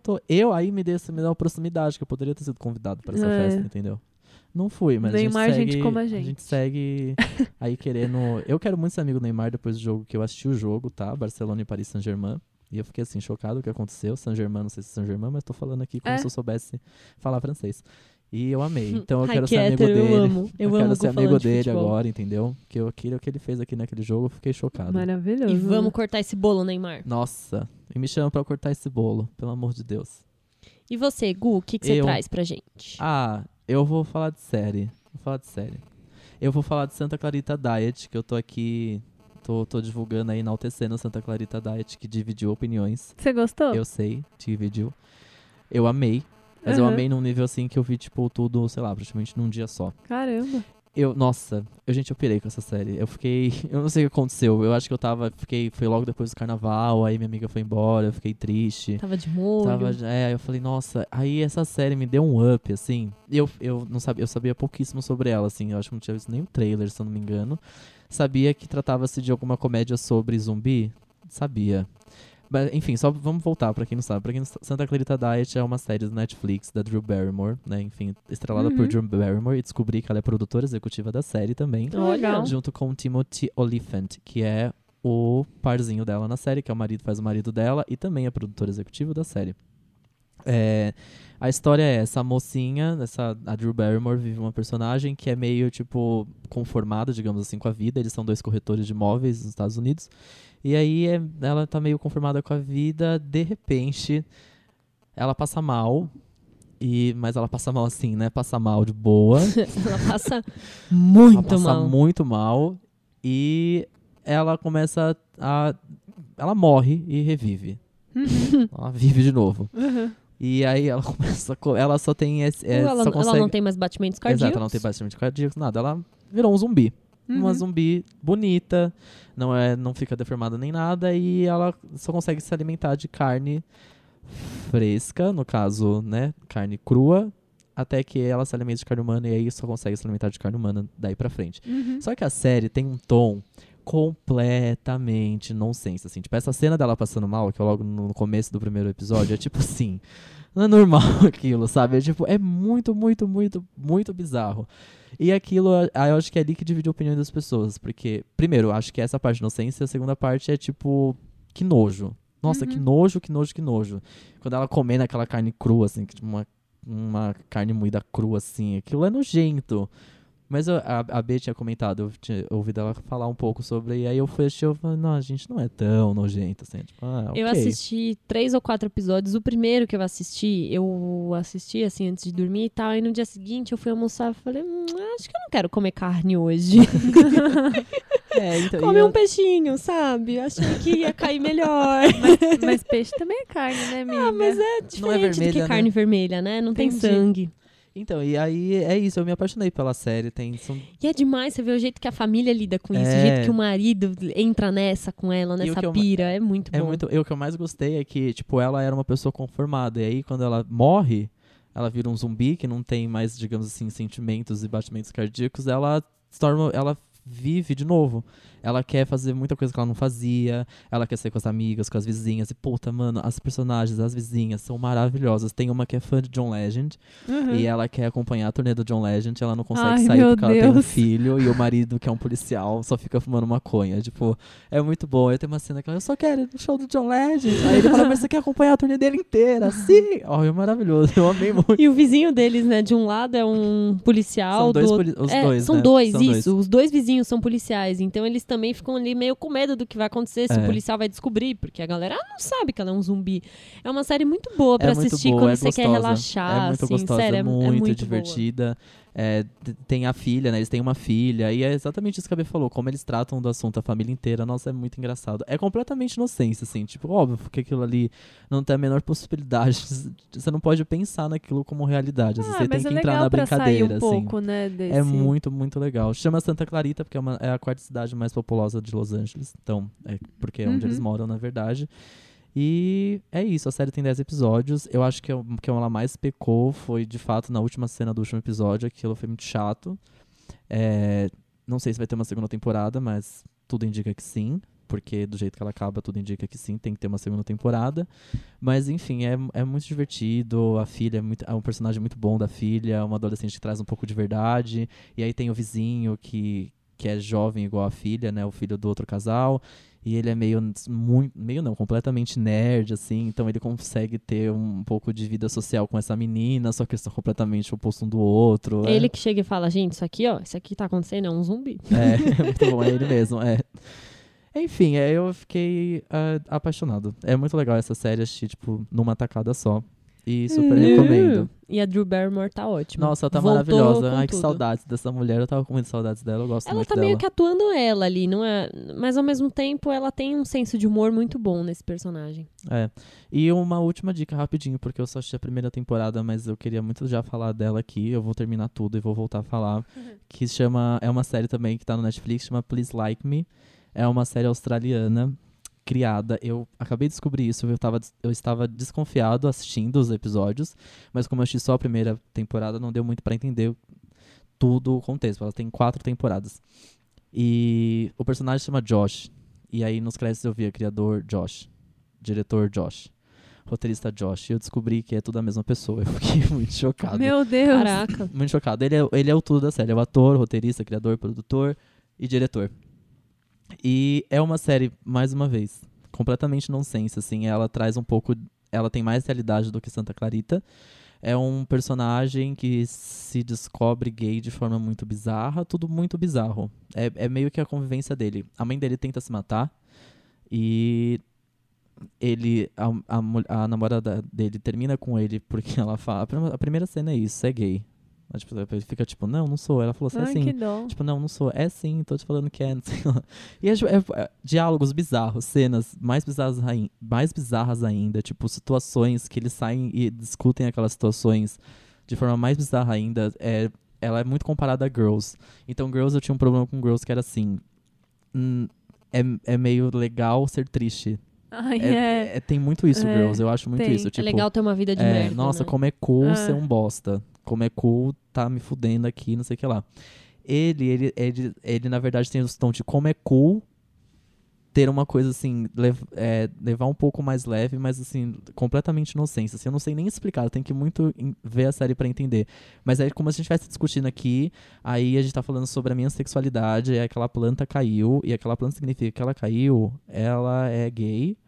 Aí me deu uma proximidade, que eu poderia ter sido convidado para essa É. festa, entendeu? Não fui, mas Neymar, a gente segue, gente como a gente. segue aí querendo... Eu quero muito ser amigo do Neymar depois do jogo, que eu assisti o jogo, tá? Barcelona e Paris Saint-Germain. E eu fiquei assim, chocado com o que aconteceu. Saint-Germain, não sei se é Saint-Germain, mas tô falando aqui como É. se eu soubesse falar francês. E eu amei. Então eu Ai, quero que ser amigo hétero, dele. eu amo. Eu amo quero com ser falando amigo de dele futebol. agora, entendeu? Que o que ele fez aqui naquele jogo, eu fiquei chocado. Maravilhoso. E vamos cortar esse bolo, Neymar. Nossa. E me chama pra eu cortar esse bolo, pelo amor de Deus. E você, Gu, o que você Eu- traz pra gente? Ah, eu vou falar de série. Eu vou falar de Santa Clarita Diet, que eu tô aqui... Tô divulgando aí, enaltecendo Santa Clarita Diet, que dividiu opiniões. Você gostou? Eu sei, dividiu. Eu amei. Mas eu Uhum. amei num nível assim que eu vi, tipo, tudo, sei lá, praticamente num dia só. Caramba. Gente, eu pirei com essa série. Eu não sei o que aconteceu. Eu acho que foi logo depois do carnaval, aí minha amiga foi embora, eu fiquei triste. Tava de molho. Aí eu falei, nossa, aí essa série me deu um up, assim. Eu não sabia, eu sabia pouquíssimo sobre ela, assim. Eu acho que não tinha visto nem o trailer, se eu não me engano. Sabia que tratava-se de alguma comédia sobre zumbi? Sabia. Mas, enfim, só vamos voltar pra quem não sabe. Santa Clarita Diet é uma série do Netflix da Drew Barrymore, né? Enfim, estrelada por Drew Barrymore. E descobri que ela é produtora executiva da série também. Olha. Junto com o Timothy Olyphant, que é o parzinho dela na série, que é o marido, faz o marido dela, e também é produtor executivo da série. A história é essa mocinha, a Drew Barrymore vive uma personagem que é meio, tipo, conformada, digamos assim, com a vida. Eles são 2 corretores de imóveis nos Estados Unidos. E aí ela tá meio conformada com a vida, de repente ela passa mal. Mas ela passa mal assim, né? Passa mal de boa. Ela passa muito Ela passa mal. muito mal. E ela começa a... Ela morre e revive. Ela vive de novo. Uhum. E aí ela começa... Ela só tem esse... Ela só consegue... não tem mais batimentos cardíacos. Exato, ela não tem batimento cardíaco, nada. Ela virou um zumbi. Uma zumbi bonita, não fica deformada nem nada, e ela só consegue se alimentar de carne fresca, no caso, né, carne crua, até que ela se alimente de carne humana, e aí só consegue se alimentar de carne humana daí pra frente. Só que a série tem um tom completamente nonsense, assim. Tipo, essa cena dela passando mal, que é logo no começo do primeiro episódio, é tipo assim, não é normal aquilo, sabe? É muito, muito, muito, muito bizarro. E aquilo, eu acho que é ali que divide a opinião das pessoas. Porque, primeiro, acho que essa parte de inocência, a segunda parte é tipo, que nojo. Nossa, que nojo, que nojo, que nojo. Quando ela comendo aquela carne crua, assim, que tipo uma carne moída crua, assim, aquilo é nojento. Mas a B tinha comentado, eu tinha ouvido ela falar um pouco sobre, e aí eu fui assistir, eu falei, não, a gente não é tão nojento, assim, tipo, ok. Eu assisti 3 ou 4 episódios. O primeiro que eu assisti assim antes de dormir e tal. E no dia seguinte eu fui almoçar e falei, acho que eu não quero comer carne hoje. Então, Come um peixinho, sabe? Achei que ia cair melhor. Mas peixe também é carne, né, amiga? Mas é diferente do que vermelha, carne né? vermelha, né? Não tem Entendi. sangue. Então, e aí é isso, eu me apaixonei pela série, E é demais, você vê o jeito que a família lida com isso, o É. jeito que o marido entra nessa com ela, E o nessa que eu- pira, é muito bom. o que eu mais gostei é que, tipo, ela era uma pessoa conformada, e aí quando ela morre, ela vira um zumbi que não tem mais, digamos assim, sentimentos e batimentos cardíacos, ela vive de novo. Ela quer fazer muita coisa que ela não fazia, ela quer sair com as amigas, com as vizinhas, e puta, mano, as personagens, as vizinhas são maravilhosas. Tem uma que é fã de John Legend, Uhum. e ela quer acompanhar a turnê do John Legend, ela não consegue Ai, sair meu porque ela tem um Deus. filho, e o marido, que é um policial, só fica fumando maconha. Tipo, é muito bom. Aí tem uma cena que ela, eu só quero ir no show do John Legend. Aí ele fala, mas você quer acompanhar a turnê dele inteira? Sim! Oh, é maravilhoso, eu amei muito. E o vizinho deles, né, de um lado é um policial, São dois do outro... os dois, são né? dois, São isso. dois. Os dois vizinhos são policiais, então eles também ficam ali meio com medo do que vai acontecer, se o policial vai descobrir, porque a galera não sabe que ela é um zumbi. É uma série muito boa pra muito assistir boa, quando é você quer gostosa. relaxar, É muito assim, gostosa, sério, é é muito muito divertida. Tem a filha, né? Eles têm uma filha, e é exatamente isso que a B falou, como eles tratam do assunto a família inteira, nossa, é muito engraçado. É completamente inocência, assim, tipo, óbvio que aquilo ali não tem a menor possibilidade, você não pode pensar naquilo como realidade, às vezes você tem mas que é entrar legal na pra sair brincadeira, um assim. pouco, né, desse... É muito, muito legal. Chama Santa Clarita, porque é a quarta cidade mais populosa de Los Angeles. Então, porque é onde eles moram, na verdade. E é isso, a série tem 10 episódios. Eu acho que ela mais pecou foi, de fato, na última cena do último episódio. Aquilo foi muito chato. Não sei se vai ter uma segunda temporada, mas tudo indica que sim. Porque do jeito que ela acaba, tudo indica que sim, tem que ter uma segunda temporada. Mas, enfim, é muito divertido. A filha é um personagem muito bom da filha, uma adolescente que traz um pouco de verdade. E aí tem o vizinho que é jovem igual a filha, né? O filho do outro casal. E ele é completamente nerd, assim. Então ele consegue ter um pouco de vida social com essa menina, só que eles são completamente oposto um do outro. Ele que chega e fala, gente, isso aqui tá acontecendo, é um zumbi. É muito bom, é ele mesmo, Enfim, eu fiquei apaixonado. É muito legal essa série, assistir, tipo, numa tacada só. E super recomendo. E a Drew Barrymore tá ótima. Nossa, ela tá Voltou maravilhosa. com Ai, que tudo. saudades dessa mulher. Eu tava com muitas saudades dela, eu gosto Ela muito tá dela. meio que atuando ela ali, não é? Mas ao mesmo tempo ela tem um senso de humor muito bom nesse personagem. E uma última dica rapidinho, porque eu só assisti a primeira temporada, mas eu queria muito já falar dela aqui. Eu vou terminar tudo e vou voltar a falar. Que é uma série também que tá no Netflix, chama Please Like Me. É uma série australiana criada. Eu acabei de descobrir isso, eu estava desconfiado assistindo os episódios, mas como eu assisti só a primeira temporada, não deu muito pra entender tudo o contexto. Ela tem 4 temporadas. E o personagem se chama Josh. E aí nos créditos eu via criador Josh, diretor Josh, roteirista Josh. E eu descobri que é tudo a mesma pessoa. Eu fiquei muito chocado. Meu Deus. Caraca. Muito chocado. Ele é o tudo da série. É o ator, roteirista, criador, produtor e diretor. E é uma série, mais uma vez, completamente nonsense, assim. Ela traz um pouco... Ela tem mais realidade do que Santa Clarita. É um personagem que se descobre gay de forma muito bizarra. Tudo muito bizarro. É meio que a convivência dele. A mãe dele tenta se matar. E... A namorada dele termina com ele porque ela fala... A primeira cena é isso, é gay. Ele fica tipo, não sou. Ela falou assim, Ai, que dó. tipo, não sou. É sim, tô te falando que é. Não sei lá. E diálogos bizarros, cenas mais bizarras ainda, tipo, situações que eles saem e discutem aquelas situações de forma mais bizarra ainda. Ela é muito comparada a Girls. Então, Girls, eu tinha um problema com Girls que era assim, é meio legal ser triste. Ai, Tem muito isso, É, Girls, eu acho muito tem. isso. Tipo, É legal ter uma vida de merda, nossa, né? como é cool Ah. ser um bosta. Como é cool tá me fudendo aqui, não sei o que lá. Ele na verdade, tem o tom de como é cool ter uma coisa assim, levar um pouco mais leve, mas assim, completamente inocência. Assim, eu não sei nem explicar, eu tenho que muito ver a série pra entender. Mas aí, como a gente estivesse discutindo aqui, aí a gente tá falando sobre a minha sexualidade, aquela planta caiu, e aquela planta significa que ela caiu, ela é gay.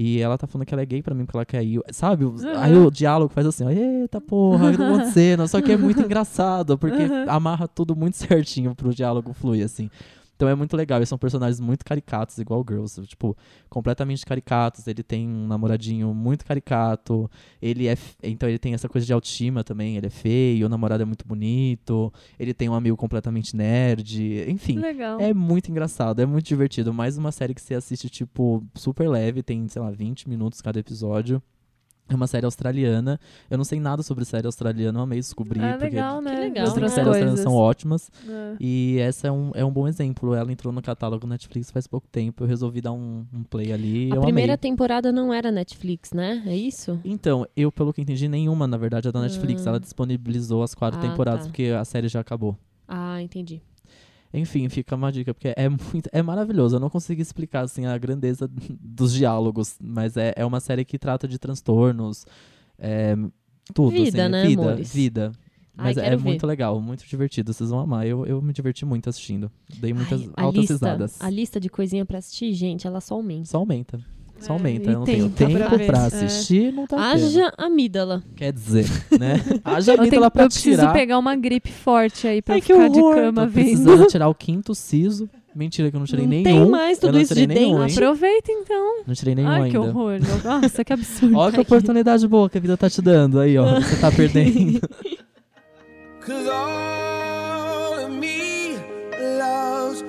E ela tá falando que ela é gay pra mim, porque ela caiu. Sabe? Aí o diálogo faz assim, ó, eita porra, o que tá acontecendo? Só que é muito engraçado, porque amarra tudo muito certinho pro diálogo fluir, assim. Então é muito legal, eles são personagens muito caricatos, igual Girls, tipo, completamente caricatos. Ele tem um namoradinho muito caricato, então ele tem essa coisa de autoestima também, ele é feio, o namorado é muito bonito, ele tem um amigo completamente nerd, enfim. Legal. É muito engraçado, é muito divertido. Mais uma série que você assiste, tipo, super leve, tem, sei lá, 20 minutos cada episódio. É uma série australiana. Eu não sei nada sobre série australiana, eu amei descobrir. É legal, né? Que legal. As Outras séries australianas coisas. são ótimas. É. E essa é um bom exemplo. Ela entrou no catálogo Netflix faz pouco tempo. Eu resolvi dar um play ali e A eu primeira amei. temporada não era Netflix, né? É isso? Então, eu, pelo que entendi, nenhuma, na verdade, é da Netflix. Ela disponibilizou as 4 temporadas, tá. porque a série já acabou. Ah, entendi. Enfim, fica uma dica, porque é maravilhoso. Eu não consigo explicar, assim, a grandeza dos diálogos, mas é uma série que trata de transtornos, tudo, Vida, assim, né, amores? vida. Mas Ai, é quero ver. muito legal, muito divertido, vocês vão amar. Eu me diverti muito assistindo. Dei muitas Ai, altas risadas. A lista de coisinha pra assistir, gente, ela só aumenta. Só aumenta. Só aumenta. e Eu não tenho tempo pra tempo ver. pra É. assistir, não tá tendo. Haja amígdala. Quer dizer, né? Haja Eu amígdala pra preciso tirar. pegar uma gripe forte aí pra Ai, eu que ficar de horror. cama Tô vendo. precisando tirar o 5º siso. Mentira que eu não tirei Não nenhum. tem mais Eu tudo não isso tirei de nenhum, dente. hein? Aproveita então. Não tirei nenhum Ai, ainda. que horror. Nossa, que absurdo. Olha que oportunidade boa que a vida tá te dando aí, ó. Você tá perdendo. 'Cause all of me loves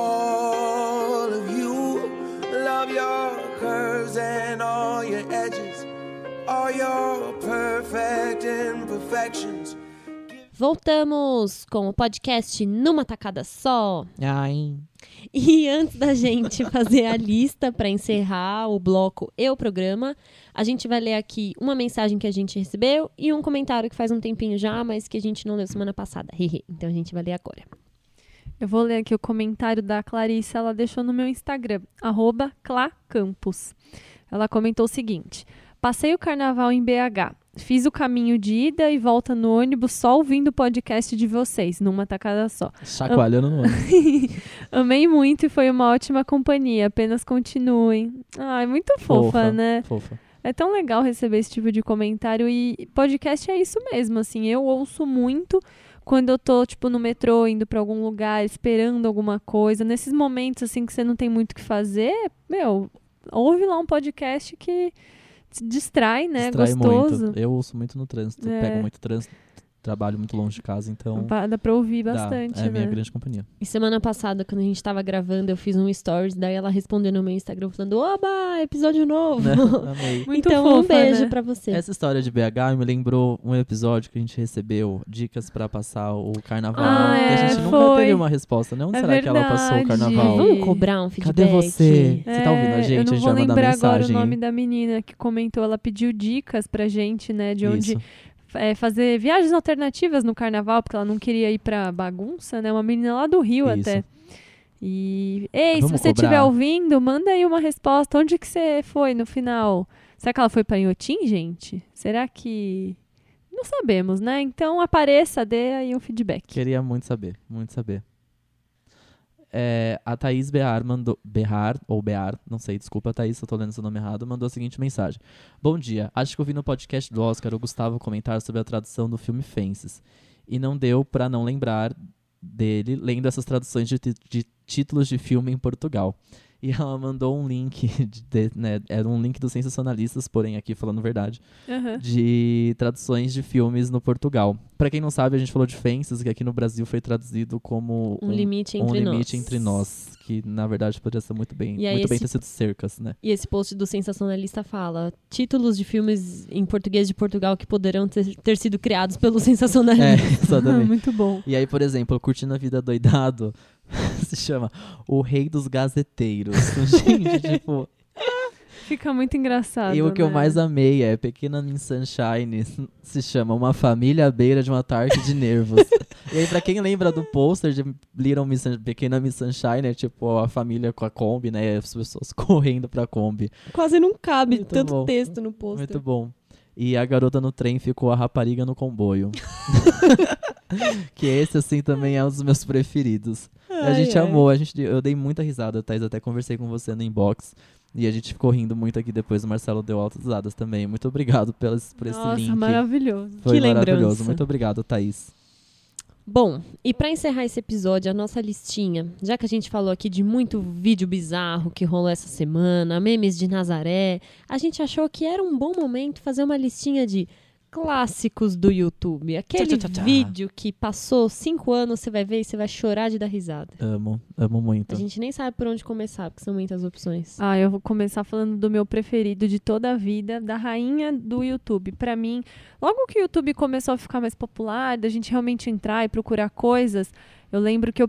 all of you. Love your curves and all your edges, all your perfect imperfections. Voltamos com o podcast Numa Tacada Só. Ai. E antes da gente fazer a lista para encerrar o bloco e o programa, a gente vai ler aqui uma mensagem que a gente recebeu e um comentário que faz um tempinho já, mas que a gente não leu semana passada. Então a gente vai ler agora. Eu vou ler aqui o comentário da Clarissa, ela deixou no meu Instagram, @clacampus. Ela comentou o seguinte: passei o carnaval em BH, fiz o caminho de ida e volta no ônibus só ouvindo o podcast de vocês, numa tacada só. Chacoalhando no ônibus. Amei muito e foi uma ótima companhia, apenas continuem. Ai, muito fofa, né? Fofa. É tão legal receber esse tipo de comentário e podcast é isso mesmo, assim, eu ouço muito quando eu tô, tipo, no metrô, indo pra algum lugar, esperando alguma coisa, nesses momentos, assim, que você não tem muito o que fazer, ouve lá um podcast que te distrai, né, Distrai gostoso. muito. Eu ouço muito no trânsito, pego muito trânsito, trabalho muito longe de casa, então Dá pra ouvir dá. bastante, É a minha né? grande companhia. E semana passada, quando a gente tava gravando, eu fiz um stories, daí ela respondeu no meu Instagram falando: oba, episódio novo! Né? Amei. Muito então, um fofa, beijo né? pra você. Essa história de BH me lembrou um episódio que a gente recebeu dicas pra passar o carnaval. Ah, que a gente nunca foi. teve uma resposta, né? Onde É será que ela passou o verdade. carnaval? Vamos cobrar um feedback? Cadê você? Você tá ouvindo a gente? Eu A não gente vou vai mandar lembrar agora o mensagem. nome da menina que comentou. Ela pediu dicas pra gente, né? De onde Isso. fazer viagens alternativas no carnaval, porque ela não queria ir pra bagunça, né? Uma menina lá do Rio Isso. até. E, ei, Vamos se você cobrar. estiver ouvindo, manda aí uma resposta. Onde que você foi no final? Será que ela foi pra Inhotim, gente? Será que... Não sabemos, né? Então apareça, dê aí um feedback. Queria muito saber, muito saber. A Thaís Bear mandou... Bear, não sei, desculpa, Thaís, se eu tô lendo seu nome errado, mandou a seguinte mensagem. Bom dia, acho que eu vi no podcast do Oscar o Gustavo comentar sobre a tradução do filme Fences. E não deu pra não lembrar dele lendo essas traduções de títulos de filme em Portugal. E ela mandou um link, era um link dos sensacionalistas, porém aqui falando verdade, Aham. de traduções de filmes no Portugal. Pra quem não sabe, a gente falou de Fences, que aqui no Brasil foi traduzido como Um limite entre nós. entre nós, que na verdade poderia ser muito bem, E aí muito bem esse- ter sido Cercas, né? E esse post do sensacionalista fala: títulos de filmes em português de Portugal que poderão ter sido criados pelo sensacionalista. Exatamente. Muito bom. E aí, por exemplo, Curtindo a Vida Doidado se chama O Rei dos Gazeteiros. Gente, tipo, Fica muito engraçado, e o que eu né? mais amei é Pequena Miss Sunshine, se chama Uma Família à Beira de um Ataque de Nervos. E aí, pra quem lembra do pôster de Pequena Miss Sunshine, é tipo a família com a Kombi, né? As pessoas correndo pra Kombi. Quase não cabe Muito tanto bom. texto no pôster. Muito bom. E a garota no trem ficou a rapariga no comboio. Que esse, assim, também é um dos meus preferidos. A gente amou, eu dei muita risada, Thaís, até conversei com você no inbox. E a gente ficou rindo muito aqui depois, o Marcelo deu altas risadas também. Muito obrigado por esse link. Nossa, maravilhoso. Foi Que maravilhoso. lembrança. Muito obrigado, Thaís. Bom, e pra encerrar esse episódio, a nossa listinha, já que a gente falou aqui de muito vídeo bizarro que rolou essa semana, memes de Nazaré, a gente achou que era um bom momento fazer uma listinha de clássicos do YouTube. Aquele vídeo que passou 5 anos, você vai ver e você vai chorar de dar risada. Amo muito. A gente nem sabe por onde começar, porque são muitas opções. Eu vou começar falando do meu preferido de toda a vida, da rainha do YouTube. Pra mim, logo que o YouTube começou a ficar mais popular, da gente realmente entrar e procurar coisas, eu lembro que eu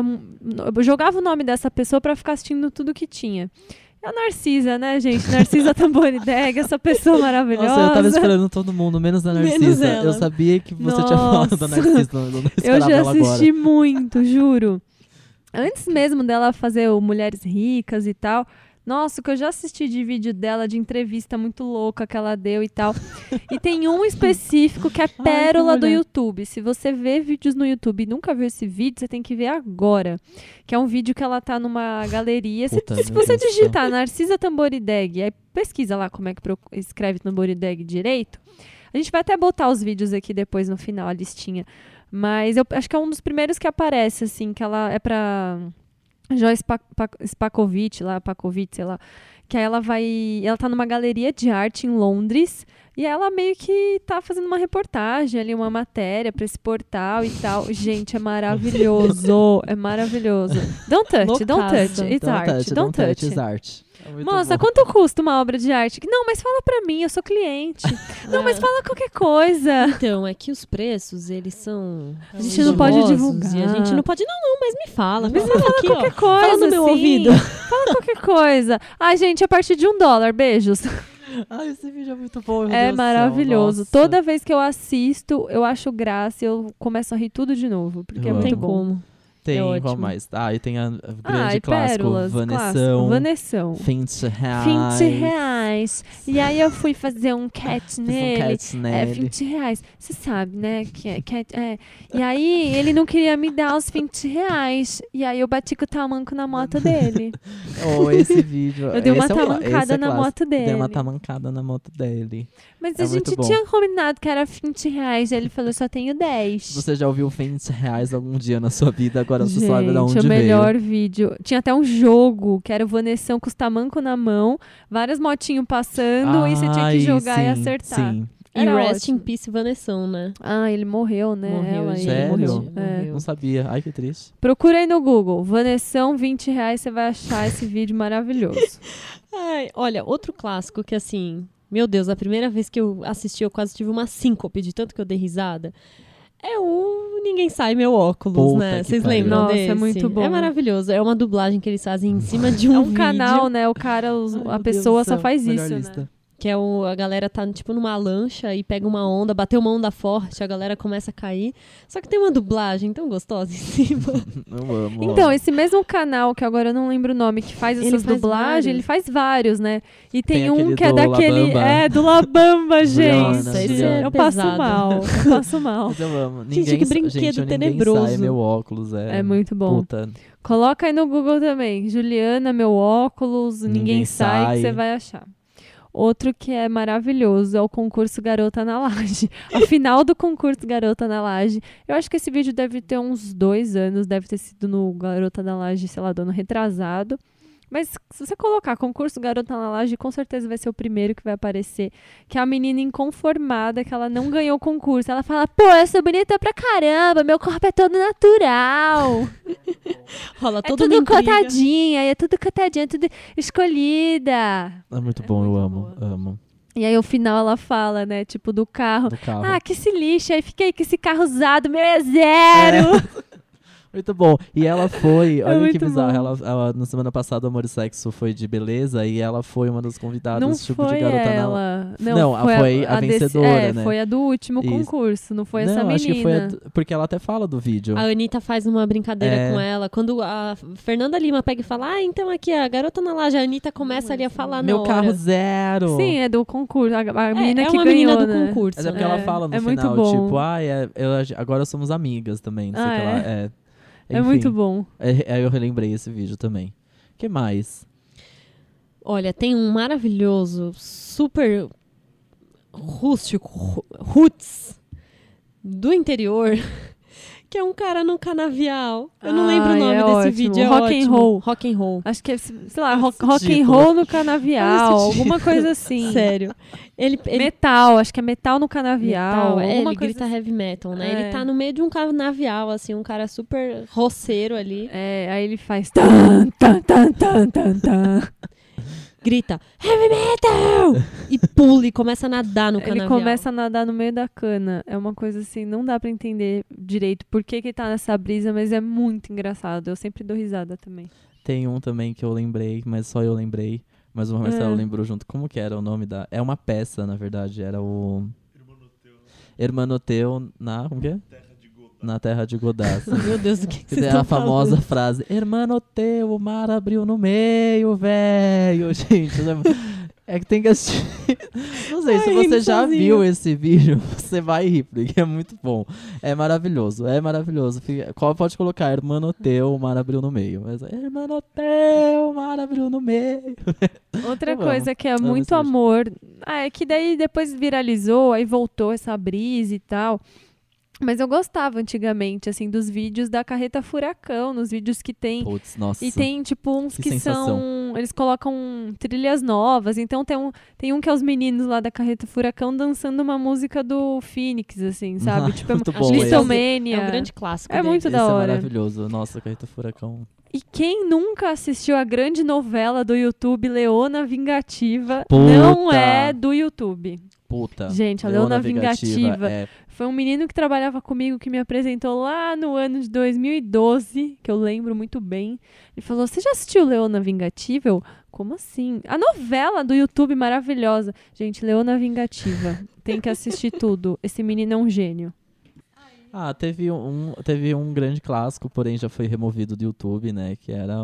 jogava o nome dessa pessoa pra ficar assistindo tudo que tinha. É a Narcisa, né, gente? Narcisa Tamborideg, essa pessoa maravilhosa. Nossa, eu tava esperando todo mundo, menos a Narcisa. Menos ela. Eu sabia que você tinha falado da Narcisa, eu não Eu esperava já ela agora. assisti muito, juro. Antes mesmo dela fazer o Mulheres Ricas e tal. Nossa, o que eu já assisti de vídeo dela, de entrevista muito louca que ela deu e tal. E tem um específico que é pérola do YouTube. Se você vê vídeos no YouTube e nunca viu esse vídeo, você tem que ver agora. Que é um vídeo que ela tá numa galeria. Puta, Se meu você Deus do digitar Narcisa Tamborideg, aí pesquisa lá como é que escreve Tamborideg direito. A gente vai até botar os vídeos aqui depois no final, a listinha. Mas eu acho que é um dos primeiros que aparece, assim, que ela é pra Joyce Spakovic, sei lá, que aí ela tá numa galeria de arte em Londres, e ela meio que tá fazendo uma reportagem ali, uma matéria pra esse portal e tal. Gente, é maravilhoso, é maravilhoso. Don't touch, it's art, don't touch. It's art. É muito Moça, bom. quanto custa uma obra de arte? Não, mas fala pra mim, eu sou cliente. Não, mas fala qualquer coisa. Então, é que os preços, eles são... A gente não pode fabulosos, divulgar. E a gente não pode... Não, mas me fala. Me Fala fala aqui, qualquer ó. coisa, Fala no meu assim. ouvido. Fala qualquer coisa. Ai, gente, a partir de $1, beijos. Ai, esse vídeo é muito bom, meu Deus É do céu, maravilhoso. nossa. Toda vez que eu assisto, eu acho graça e eu começo a rir tudo de novo. Porque Eu é amo. muito Tem bom. como. Tem, É qual ótimo. mais? E tem a grande E clássico, pérolas, Vanessão. Vanessão. 20 reais. 20 reais. E aí eu fui fazer um cat Fiz um nele. cat nele. 20 reais. Você sabe, né? E aí ele não queria me dar os 20 reais. E aí eu bati com o tamanco na moto dele. Oh, esse vídeo. Eu dei uma esse tamancada esse na clássico. moto dele. Dei uma tamancada na moto dele. Mas É a gente muito bom. tinha combinado que era 20 reais. Aí ele falou, só tenho 10. Você já ouviu 20 reais algum dia na sua vida, agora você sabe de onde Gente, o veio. melhor vídeo. Tinha até um jogo, que era o Vanessão com os tamanco na mão, várias motinhos passando e você tinha que jogar e acertar. Sim. E Era Rest ótimo. in Peace Vanessão, né? Ele morreu, né? Morreu, Ela, gente. ele Sério? morreu. É. Morreu. Não sabia. Ai, que triste. Procura aí no Google. Vanessão, 20 reais, você vai achar esse vídeo maravilhoso. Ai, olha, outro clássico que assim... Meu Deus, a primeira vez que eu assisti, eu quase tive uma síncope de tanto que eu dei risada. É o Ninguém Sai Meu Óculos, Puta né? que Vocês pariu. lembram Nossa, desse? é muito bom. É maravilhoso. É uma dublagem que eles fazem em cima de um É um vídeo. canal, né? O cara, Ai, a meu pessoa Deus do só céu. faz Melhor isso, né? lista. Que é a galera tá, tipo, numa lancha e pega uma onda, bateu uma onda forte, a galera começa a cair. Só que tem uma dublagem tão gostosa em cima. Eu amo. Então, esse mesmo canal, que agora eu não lembro o nome, que faz Ele essas faz dublagens, vários. ele faz vários, né? E tem Tem um aquele que é do daquele... Labamba. Do Labamba, gente. Nossa, esse é eu passo pesado. mal, eu passo mal. Mas eu amo. Gente, que brinquedo o Ninguém tenebroso. Sai Meu Óculos. É muito bom. Puta. Coloca aí no Google também. Juliana, meu óculos, ninguém sai, sai. que você vai achar. Outro que é maravilhoso é o concurso Garota na Laje. A final do concurso Garota na Laje. Eu acho que esse vídeo deve ter uns 2 anos, deve ter sido no Garota na Laje, sei lá, do ano retrasado. Mas se você colocar concurso Garota na Laje, com certeza vai ser o primeiro que vai aparecer. Que é a menina inconformada, que ela não ganhou o concurso. Ela fala, pô, eu sou bonita pra caramba, meu corpo é todo natural. Rola É toda tudo uma intriga. cotadinha, é tudo tudo escolhida. É muito bom, eu muito amo. boa. Amo. E aí, no final, ela fala, né, tipo, do carro. Do carro. Ah, que se lixa, aí fiquei com esse carro usado, meu é 0. Muito bom. E ela foi, olha que muito bizarro, bom. ela na semana passada o Amor e Sexo foi de beleza e ela foi uma das convidadas, Não tipo foi de garota na ela. Não, foi a vencedora, né? Foi a do último Isso. concurso, não foi Não, essa menina. acho que foi porque ela até fala do vídeo. A Anitta faz uma brincadeira É. com ela. Quando a Fernanda Lima pega e fala, então aqui a garota na laje, a Anitta começa ali a falar Meu na carro hora. Ah, zero. Sim, é do concurso. A menina é que uma ganhou, menina do né? concurso. Mas é porque né? ela fala no É muito final, bom. tipo, agora somos amigas também, não sei o que lá. É, É enfim, muito bom. Eu relembrei esse vídeo também. Que mais? Olha, tem um maravilhoso, super rústico, roots, do interior, que é um cara no canavial. Eu não lembro o nome desse ótimo. vídeo. É Rock and ótimo. roll. Rock and roll. Acho que é, sei lá, rock ridículo. and roll no canavial, Parece alguma coisa assim. Sério. Ele Metal, acho que é metal no canavial. metal, alguma ele coisa grita assim. heavy metal, né? É. Ele tá no meio de um canavial, assim, um cara super roceiro ali. É, aí ele faz tan, tan, tan, tan, tan, tan. Grita, heavy metal! E pula e começa a nadar no Ele canavial. começa a nadar no meio da cana. É uma coisa assim, não dá pra entender direito por que ele tá nessa brisa, mas é muito engraçado. Eu sempre dou risada também. Tem um também que eu lembrei, mas só eu lembrei. Mas o Marcelo É. lembrou junto. Como que era o nome da... É uma peça, na verdade. Era o... Hermanoteu na... Como que é? Na Terra de Godá. assim. Meu Deus, o que Que vocês tem estão a famosa falando? frase, Hermanoteu, o mar abriu no meio, velho. Gente, é que tem que assistir. Não sei, se Ai, você rindo já sozinho. viu esse vídeo, você vai rir, porque é muito bom. É maravilhoso, é maravilhoso. Pode colocar Hermanoteu, o mar abriu no meio. Mas Hermanoteu, o mar abriu no meio. Outra Eu amo. coisa que é Amo muito esse vídeo. amor. É que daí depois viralizou, aí voltou essa brisa e tal. Mas eu gostava antigamente, assim, dos vídeos da Carreta Furacão, nos vídeos que tem. Putz, nossa. E tem, tipo, uns Que que sensação. são... Eles colocam trilhas novas. Então tem um que é os meninos lá da Carreta Furacão dançando uma música do Phoenix, assim, sabe? Tipo, Muito Acho bom que esse. esse é Littlemania. um grande clássico É dele. muito Esse da é hora. maravilhoso. Nossa, Carreta Furacão. E quem nunca assistiu a grande novela do YouTube, Leona Vingativa, Puta. não é do YouTube. Puta. Gente, a Leona Vingativa É foi um menino que trabalhava comigo que me apresentou lá no ano de 2012, que eu lembro muito bem. Ele falou: "Você já assistiu Leona Vingativa?" Eu, como assim? A novela do YouTube maravilhosa. Gente, Leona Vingativa. Tem que assistir tudo. Esse menino é um gênio. Ah, teve um grande clássico, porém já foi removido do YouTube, né? Que era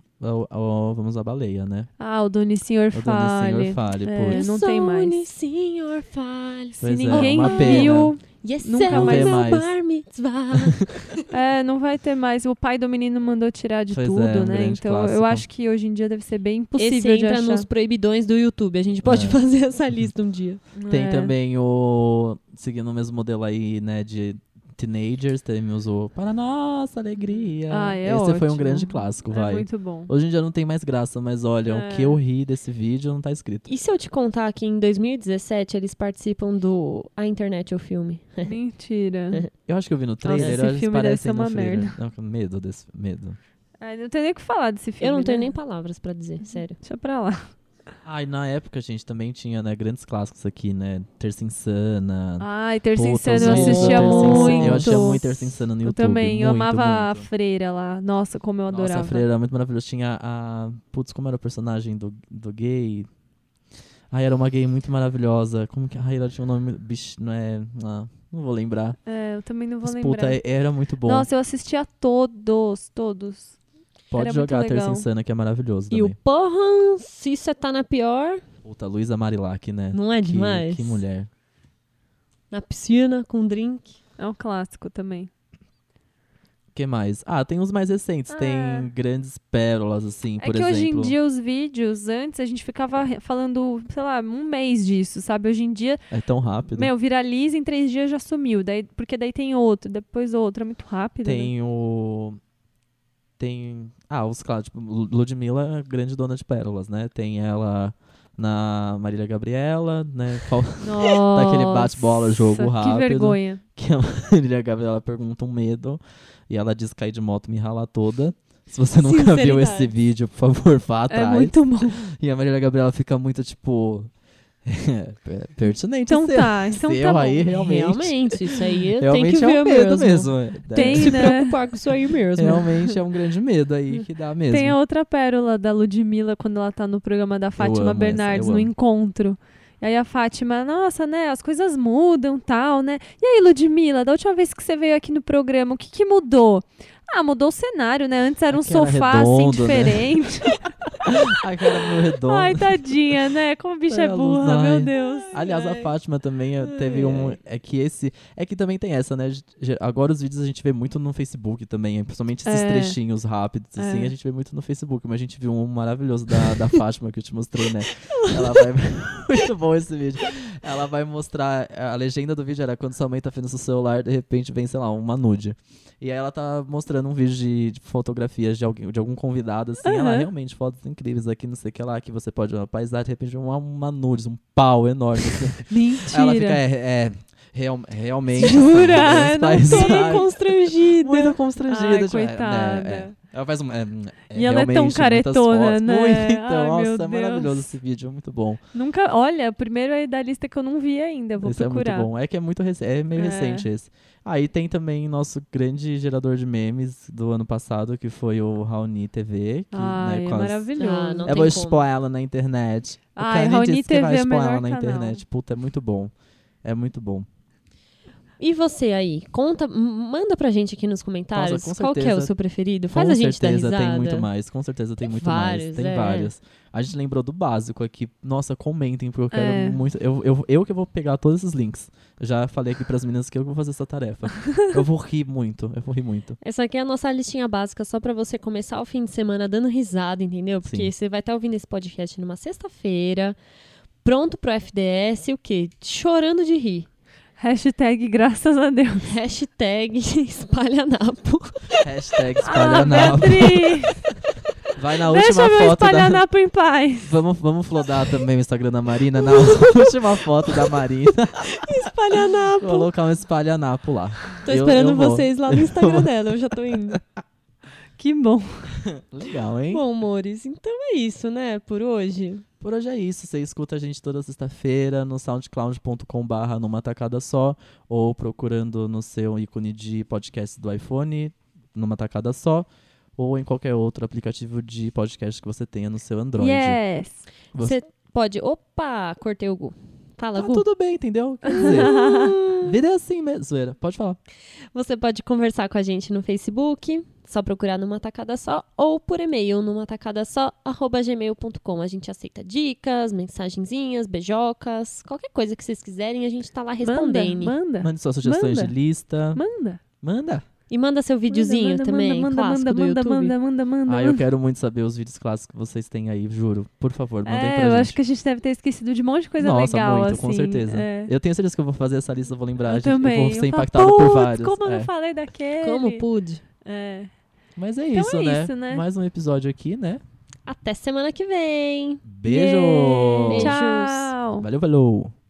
o Vamos à Baleia, né? Ah, o Doni Senhor O Doni Fale. Senhor Fale, É, pô. não tem mais. Sony, senhor, fale. Se Pois é, ninguém uma pena. viu, Yes, Nunca é o mais. meu mais. bar mitzvah. não vai ter mais. O pai do menino mandou tirar de Pois tudo, é, um né? grande Então clássico. eu acho que hoje em dia deve ser bem Esse impossível de entra achar. nos proibidões do YouTube. A gente pode É. fazer essa lista um dia. Tem É. também seguindo o mesmo modelo aí, né, de teenagers, temos o Para Nossa Alegria. Ah, é Esse foi um ótimo. grande clássico, É vai. muito bom. Hoje em dia não tem mais graça, mas olha, É. o que eu ri desse vídeo não tá escrito. E se eu te contar que em 2017 eles participam do A Internet é o Filme? Mentira. Eu acho que eu vi no trailer, esse eles filme deve parecem ser uma no trailer. merda. Não, com medo desse medo. Ai, não tem nem o que falar desse filme. Eu não tenho né? nem palavras pra dizer, sério. Deixa pra lá. Ah, e na época a gente também tinha, né, grandes clássicos aqui, né? Terça Insana. Ai, Terça Puta, Insana os eu vídeos da assistia Terça Insana. muito. Eu assistia muito Terça Insana no Eu YouTube. também, eu muito, amava a muito. freira lá. Nossa, como eu adorava. Nossa, a freira era muito maravilhosa. Tinha a... Putz, como era o personagem do gay? Ai, era uma gay muito maravilhosa. Como que... Ai, ela tinha um nome... Bicho, não é... Ah, não vou lembrar. É, eu também não vou Mas, lembrar. puta, era muito bom. Nossa, eu assistia todos. Pode era jogar a muito Terça legal. Insana, que é maravilhoso E também. o porra, se você tá na pior, Puta, Luísa Marilac, né? não é demais? Que mulher. Na piscina, com drink. É um clássico também. O que mais? Ah, tem uns mais recentes. Ah. Tem grandes pérolas, assim, É por que exemplo. hoje em dia os vídeos, antes a gente ficava falando, sei lá, um mês disso, sabe? Hoje em dia, É tão rápido. viraliza, em 3 dias já sumiu. Porque daí tem outro, depois outro. É muito rápido. né? Tem o... Tem... Ah, os clássicos. Tipo, Ludmilla é a grande dona de pérolas, né? Tem ela na Marília Gabriela, né? Nossa, Daquele bate-bola, jogo rápido. Que vergonha. Que a Marília Gabriela pergunta um medo e ela diz cair de moto me ralar toda. Se você nunca viu Sinceridade. esse vídeo, por favor, vá É atrás. muito bom. E a Marília Gabriela fica muito, tipo... pertinente. Então seu. tá, então Seu tá bom. aí, Realmente, isso aí tem Realmente que é ver um medo mesmo. mesmo. Tem, Se né? preocupar com isso aí mesmo. Realmente é um grande medo aí que dá mesmo. Tem a outra pérola da Ludmilla quando ela tá no programa da Fátima amo Bernardes, essa, eu no amo. encontro. E aí a Fátima, nossa, né, as coisas mudam, tal, né? E aí, Ludmilla, da última vez que você veio aqui no programa, o que mudou? Ah, mudou o cenário, né? Antes era um É que era sofá assim redondo, né? diferente. A cara meio redonda. Ai, tadinha, né? Como bicha é Ela, burra, ai. meu Deus. Aliás, a Fátima também teve um. É que também tem essa, né? Agora os vídeos a gente vê muito no Facebook também. Principalmente esses trechinhos rápidos, assim, a gente vê muito no Facebook. Mas a gente viu um maravilhoso da Fátima que eu te mostrei, né? Ela vai. Muito bom esse vídeo. Ela vai mostrar. A legenda do vídeo era quando sua mãe tá vendo seu celular, de repente vem, sei lá, uma nude. E aí ela tá mostrando um vídeo de fotografias de algum convidado, assim. Ela realmente, fotos incríveis aqui, não sei o que lá, que você pode ver uma paisagem, de repente uma nudes, um pau enorme. Assim. Mentira. Ela fica, realmente. Jura? Eu não tô paisagem. Constrangida. Muito constrangida. Ai, tipo, coitada. Ela faz E ela é tão realmente, caretona, muitas fotos. né? Muito, então, Ai, meu nossa, é maravilhoso Deus. esse vídeo, é muito bom. Nunca, olha, o primeiro aí da lista que eu não vi ainda, vou Esse procurar. é muito bom. É que é muito é meio recente esse. Aí tem também nosso grande gerador de memes do ano passado, que foi o Raoni TV. Que, Ai, né, é com as- maravilhoso. Não Eu tem vou como. expor ela na internet. Ai, o Kanye Raoni disse que vai TV é o expor ela melhor na canal. internet. Puta, é muito bom. É muito bom. E você aí? Conta, manda pra gente aqui nos comentários Nossa, com qual que é o certeza. seu preferido. Faz Com a gente dar certeza risada. tem muito mais. Com certeza tem muito Vários, mais. Tem é. vários. A gente lembrou do básico aqui. Nossa, comentem, porque eu É. quero muito. Eu que vou pegar todos esses links. Eu já falei aqui pras meninas que eu vou fazer essa tarefa. Eu vou rir muito. Eu vou rir muito. Essa aqui é a nossa listinha básica, só pra você começar o fim de semana dando risada, entendeu? Porque Sim. você vai estar ouvindo esse podcast numa sexta-feira, pronto pro FDS, o quê? Chorando de rir. Hashtag graças a Deus. Hashtag espalhanapo. Hashtag Ah, espalhanapo. Beatriz! Vai na Deixa última meu foto da. espalhanapo em paz. Vamos flodar também o Instagram da Marina. Na última foto da Marina. Espalhanapo. Vou colocar um espalhanapo lá. Tô Eu esperando vou. vocês lá no Instagram dela, eu já tô indo. Que bom. Legal, hein? Bom, amores, então é isso, né, por hoje. Por hoje é isso. Você escuta a gente toda sexta-feira no soundcloud.com/numa tacada só, ou procurando no seu ícone de podcast do iPhone, numa tacada só, ou em qualquer outro aplicativo de podcast que você tenha no seu Android. Yes. Você pode... Opa, cortei o Gu. Fala, Tá Gu. tudo bem, entendeu? Quer dizer, vida é assim mesmo, zoeira. Pode falar. Você pode conversar com a gente no Facebook, só procurar Numa Tacada Só, ou por e-mail, numatacadasó@gmail.com. A gente aceita dicas, mensagenzinhas, beijocas, qualquer coisa que vocês quiserem, a gente tá lá respondendo. Manda. Mande suas sugestões Manda. de lista. Manda. Manda. E manda seu videozinho Manda, também, manda, clássico do YouTube. manda. Eu quero muito saber os vídeos clássicos que vocês têm aí, juro. Por favor, mandem pra Eu gente. acho que a gente deve ter esquecido de um monte de coisa Nossa, legal, muito, assim. com certeza. É. Eu tenho certeza que eu vou fazer essa lista, eu vou lembrar. Eu também. Eu vou ser Eu falo, impactado por "Putz, vários. como eu É. não falei daquele? Como pude. É. Mas é, Então isso, é né? isso, né? Mais um episódio aqui, né? Até semana que vem. Beijo! Beijos. Tchau. Valeu, valeu!